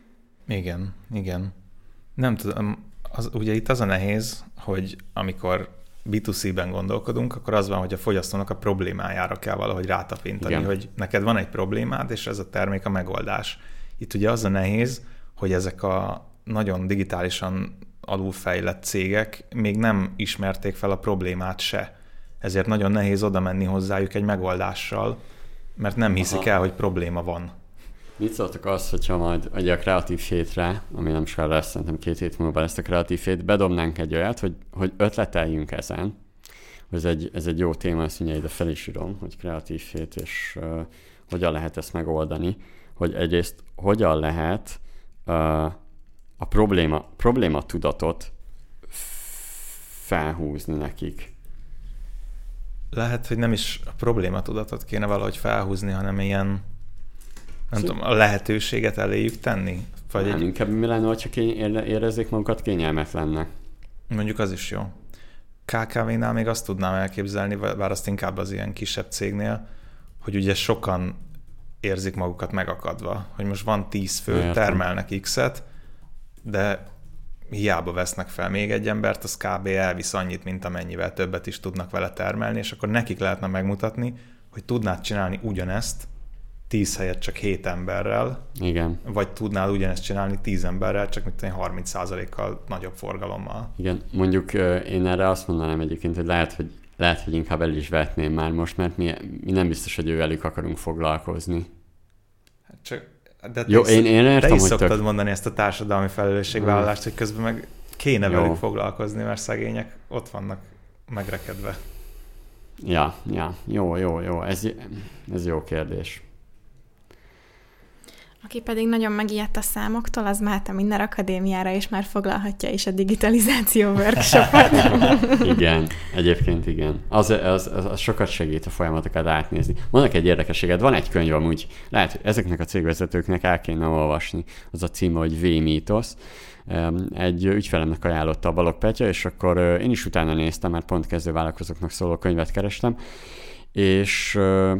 Igen, igen. Nem tudom, az, ugye itt az a nehéz, hogy amikor bé kettő cé-ben gondolkodunk, akkor az van, hogy a fogyasztónak a problémájára kell valahogy rátapintani, igen. Hogy neked van egy problémád, és ez a termék a megoldás. Itt ugye az a nehéz, hogy ezek a nagyon digitálisan alulfejlett cégek még nem ismerték fel a problémát se. Ezért nagyon nehéz oda menni hozzájuk egy megoldással, mert nem hiszik Aha. el, hogy probléma van. Mit szóltak az, hogyha majd ugye a kreatív hétre, ami nem sokára lesz, szerintem két hét múlva lesz a kreatív hét, bedobnánk egy olyat, hogy, hogy ötleteljünk ezen, ez egy, ez egy jó téma, ezt ugye ide fel is írom, hogy kreatív hét, és uh, hogyan lehet ezt megoldani, hogy egyrészt hogyan lehet uh, a probléma, probléma tudatot felhúzni nekik. Lehet, hogy nem is a probléma tudatot kéne valahogy felhúzni, hanem ilyen, nem Szó... tudom, a lehetőséget eléjük tenni? Vagy nem, egy... inkább mi lenne, hogyha kény- érezzék magukat kényelmetlennek. Mondjuk az is jó. ká ká vénál még azt tudnám elképzelni, bár azt inkább az ilyen kisebb cégnél, hogy ugye sokan érzik magukat megakadva, hogy most van tíz fő, Értem. termelnek X-et, de hiába vesznek fel még egy embert, az kb. Elvisz annyit, mint amennyivel többet is tudnak vele termelni, és akkor nekik lehetne megmutatni, hogy tudnád csinálni ugyanezt tíz helyett csak hét emberrel, Igen. vagy tudnál ugyanezt csinálni tíz emberrel, csak mint harminc százalékkal nagyobb forgalommal. Igen, mondjuk én erre azt mondanám egyébként, hogy lehet, hogy, lehet, hogy inkább el is vetném már most, mert mi, mi nem biztos, hogy ő velük akarunk foglalkozni. Hát csak, de te Jó, is, én, én értem, te is hogy szoktad tök... mondani ezt a társadalmi felelősségvállalást, hogy közben meg kéne Jó. velük foglalkozni, mert szegények ott vannak megrekedve. Ja, ja, jó, jó, jó, ez, ez jó kérdés. Aki pedig nagyon megijedt a számoktól, az mehet a Minner Akadémiára, és már foglalhatja is a digitalizáció workshopot. Igen, egyébként igen. Az, az, az, az sokat segít a folyamatokat átnézni. Mondok egy érdekességet, van egy könyv amúgy, lehet, hogy ezeknek a cégvezetőknek el kéne olvasni. Az a címe, hogy V-mítosz. Egy ügyfelemnek ajánlotta a Balogh Petya, és akkor én is utána néztem, mert pont kezdővállalkozóknak szóló könyvet kerestem, és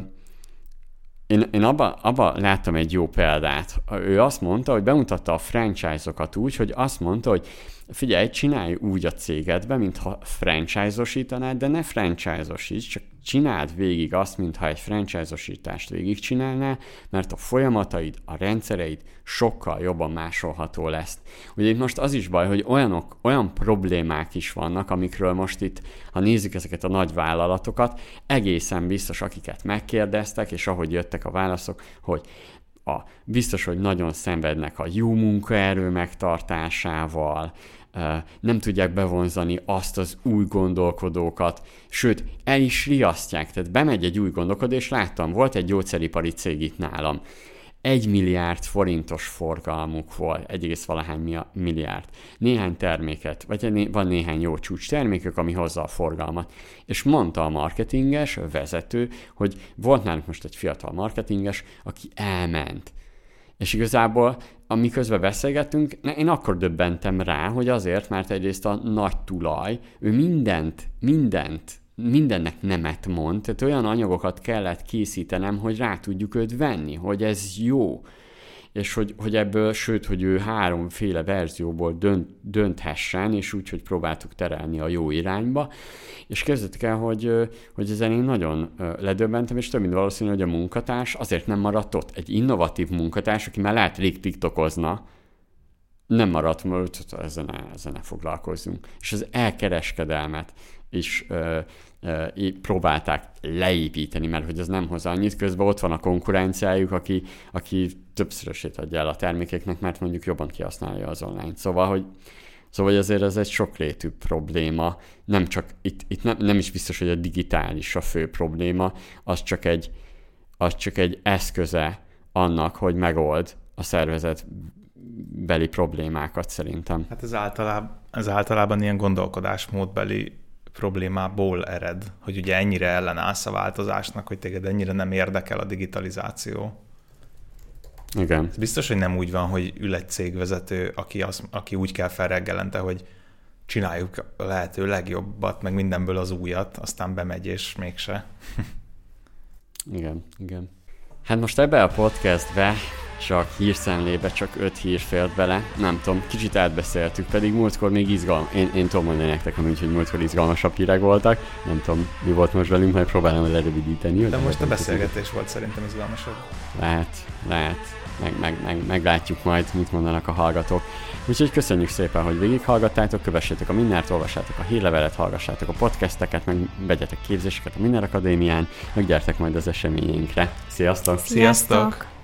Én, én abba, abba láttam egy jó példát. Ő azt mondta, hogy bemutatta a franchise-okat úgy, hogy azt mondta, hogy figyelj, csinálj úgy a cégedbe, mintha franchise-osítanád, de ne franchise-osíts, csak csináld végig azt, mintha egy franchise-osítást végigcsinálnál, mert a folyamataid, a rendszereid sokkal jobban másolható lesz. Ugye itt most az is baj, hogy olyanok, olyan problémák is vannak, amikről most itt, ha nézzük ezeket a nagy vállalatokat, egészen biztos, akiket megkérdeztek, és ahogy jöttek a válaszok, hogy a, biztos, hogy nagyon szenvednek a jó munkaerő megtartásával, nem tudják bevonzani azt az új gondolkodókat, sőt, el is riasztják, tehát bemegy egy új gondolkodó, és láttam, volt egy gyógyszeripari cég itt nálam, egy milliárd forintos forgalmuk volt, egy egész valahány milliárd. Néhány terméket, vagy van néhány jó csúcs termékük, ami hozza a forgalmat. És mondta a marketinges, a vezető, hogy volt nálunk most egy fiatal marketinges, aki elment. És igazából, amiközben beszélgettünk, én akkor döbbentem rá, hogy azért, mert egyrészt a nagy tulaj, ő mindent, mindent, mindennek nemet mond, tehát olyan anyagokat kellett készítenem, hogy rá tudjuk őt venni, hogy ez jó. És hogy, hogy ebből, sőt, hogy ő háromféle verzióból dönt, dönthessen, és úgy, hogy próbáltuk terelni a jó irányba. És kezdett el, hogy, hogy ezen én nagyon ledöbbentem, és több mint valószínű, hogy a munkatárs azért nem maradt ott. Egy innovatív munkatárs, aki már lehet rég tiktokozna, nem maradt, mert ezen ne, ezen ne foglalkozzunk. És az elkereskedelmet is ö, ö, próbálták leépíteni, mert hogy az nem hoz annyit, közben ott van a konkurenciájuk, aki, aki többszörösét adja el a termékeknek, mert mondjuk jobban kihasználja az online. Szóval, hogy Szóval azért ez egy sokrétű probléma, nem csak, itt, itt nem, nem is biztos, hogy a digitális a fő probléma, az csak egy, az csak egy eszköze annak, hogy megold a szervezetbeli problémákat szerintem. Hát ez általában, ez általában ilyen gondolkodásmódbeli problémából ered, hogy ugye ennyire ellenállsz a változásnak, hogy téged ennyire nem érdekel a digitalizáció. Igen. Ez biztos, hogy nem úgy van, hogy ül egy cégvezető, aki, az, aki úgy kell fel reggelente, hogy csináljuk a lehető legjobbat, meg mindenből az újat, aztán bemegy, és mégse. Igen, igen. Hát most ebbe a podcastbe csak hírszemlébe csak öt hír fért bele, nem tudom, kicsit átbeszéltük, pedig múltkor még izgalmas. Én, én tudom mondani nektek, amúgy, hogy múltkor izgalmasabb hírek voltak. Nem tudom, mi volt most velünk, majd próbálom lerövidíteni. De most a beszélgetés volt szerintem izgalmasabb. Lehet, lehet. Meg, meg, meg, meglátjuk majd, mit mondanak a hallgatók. Úgyhogy köszönjük szépen, hogy végighallgattátok, kövessétek a Minnert, olvassátok a hírlevelet, hallgassátok a podcasteket, meg vegyetek képzéseket a Minner Akadémián, meg gyertek majd az eseményeinkre. Sziasztok! Sziasztok!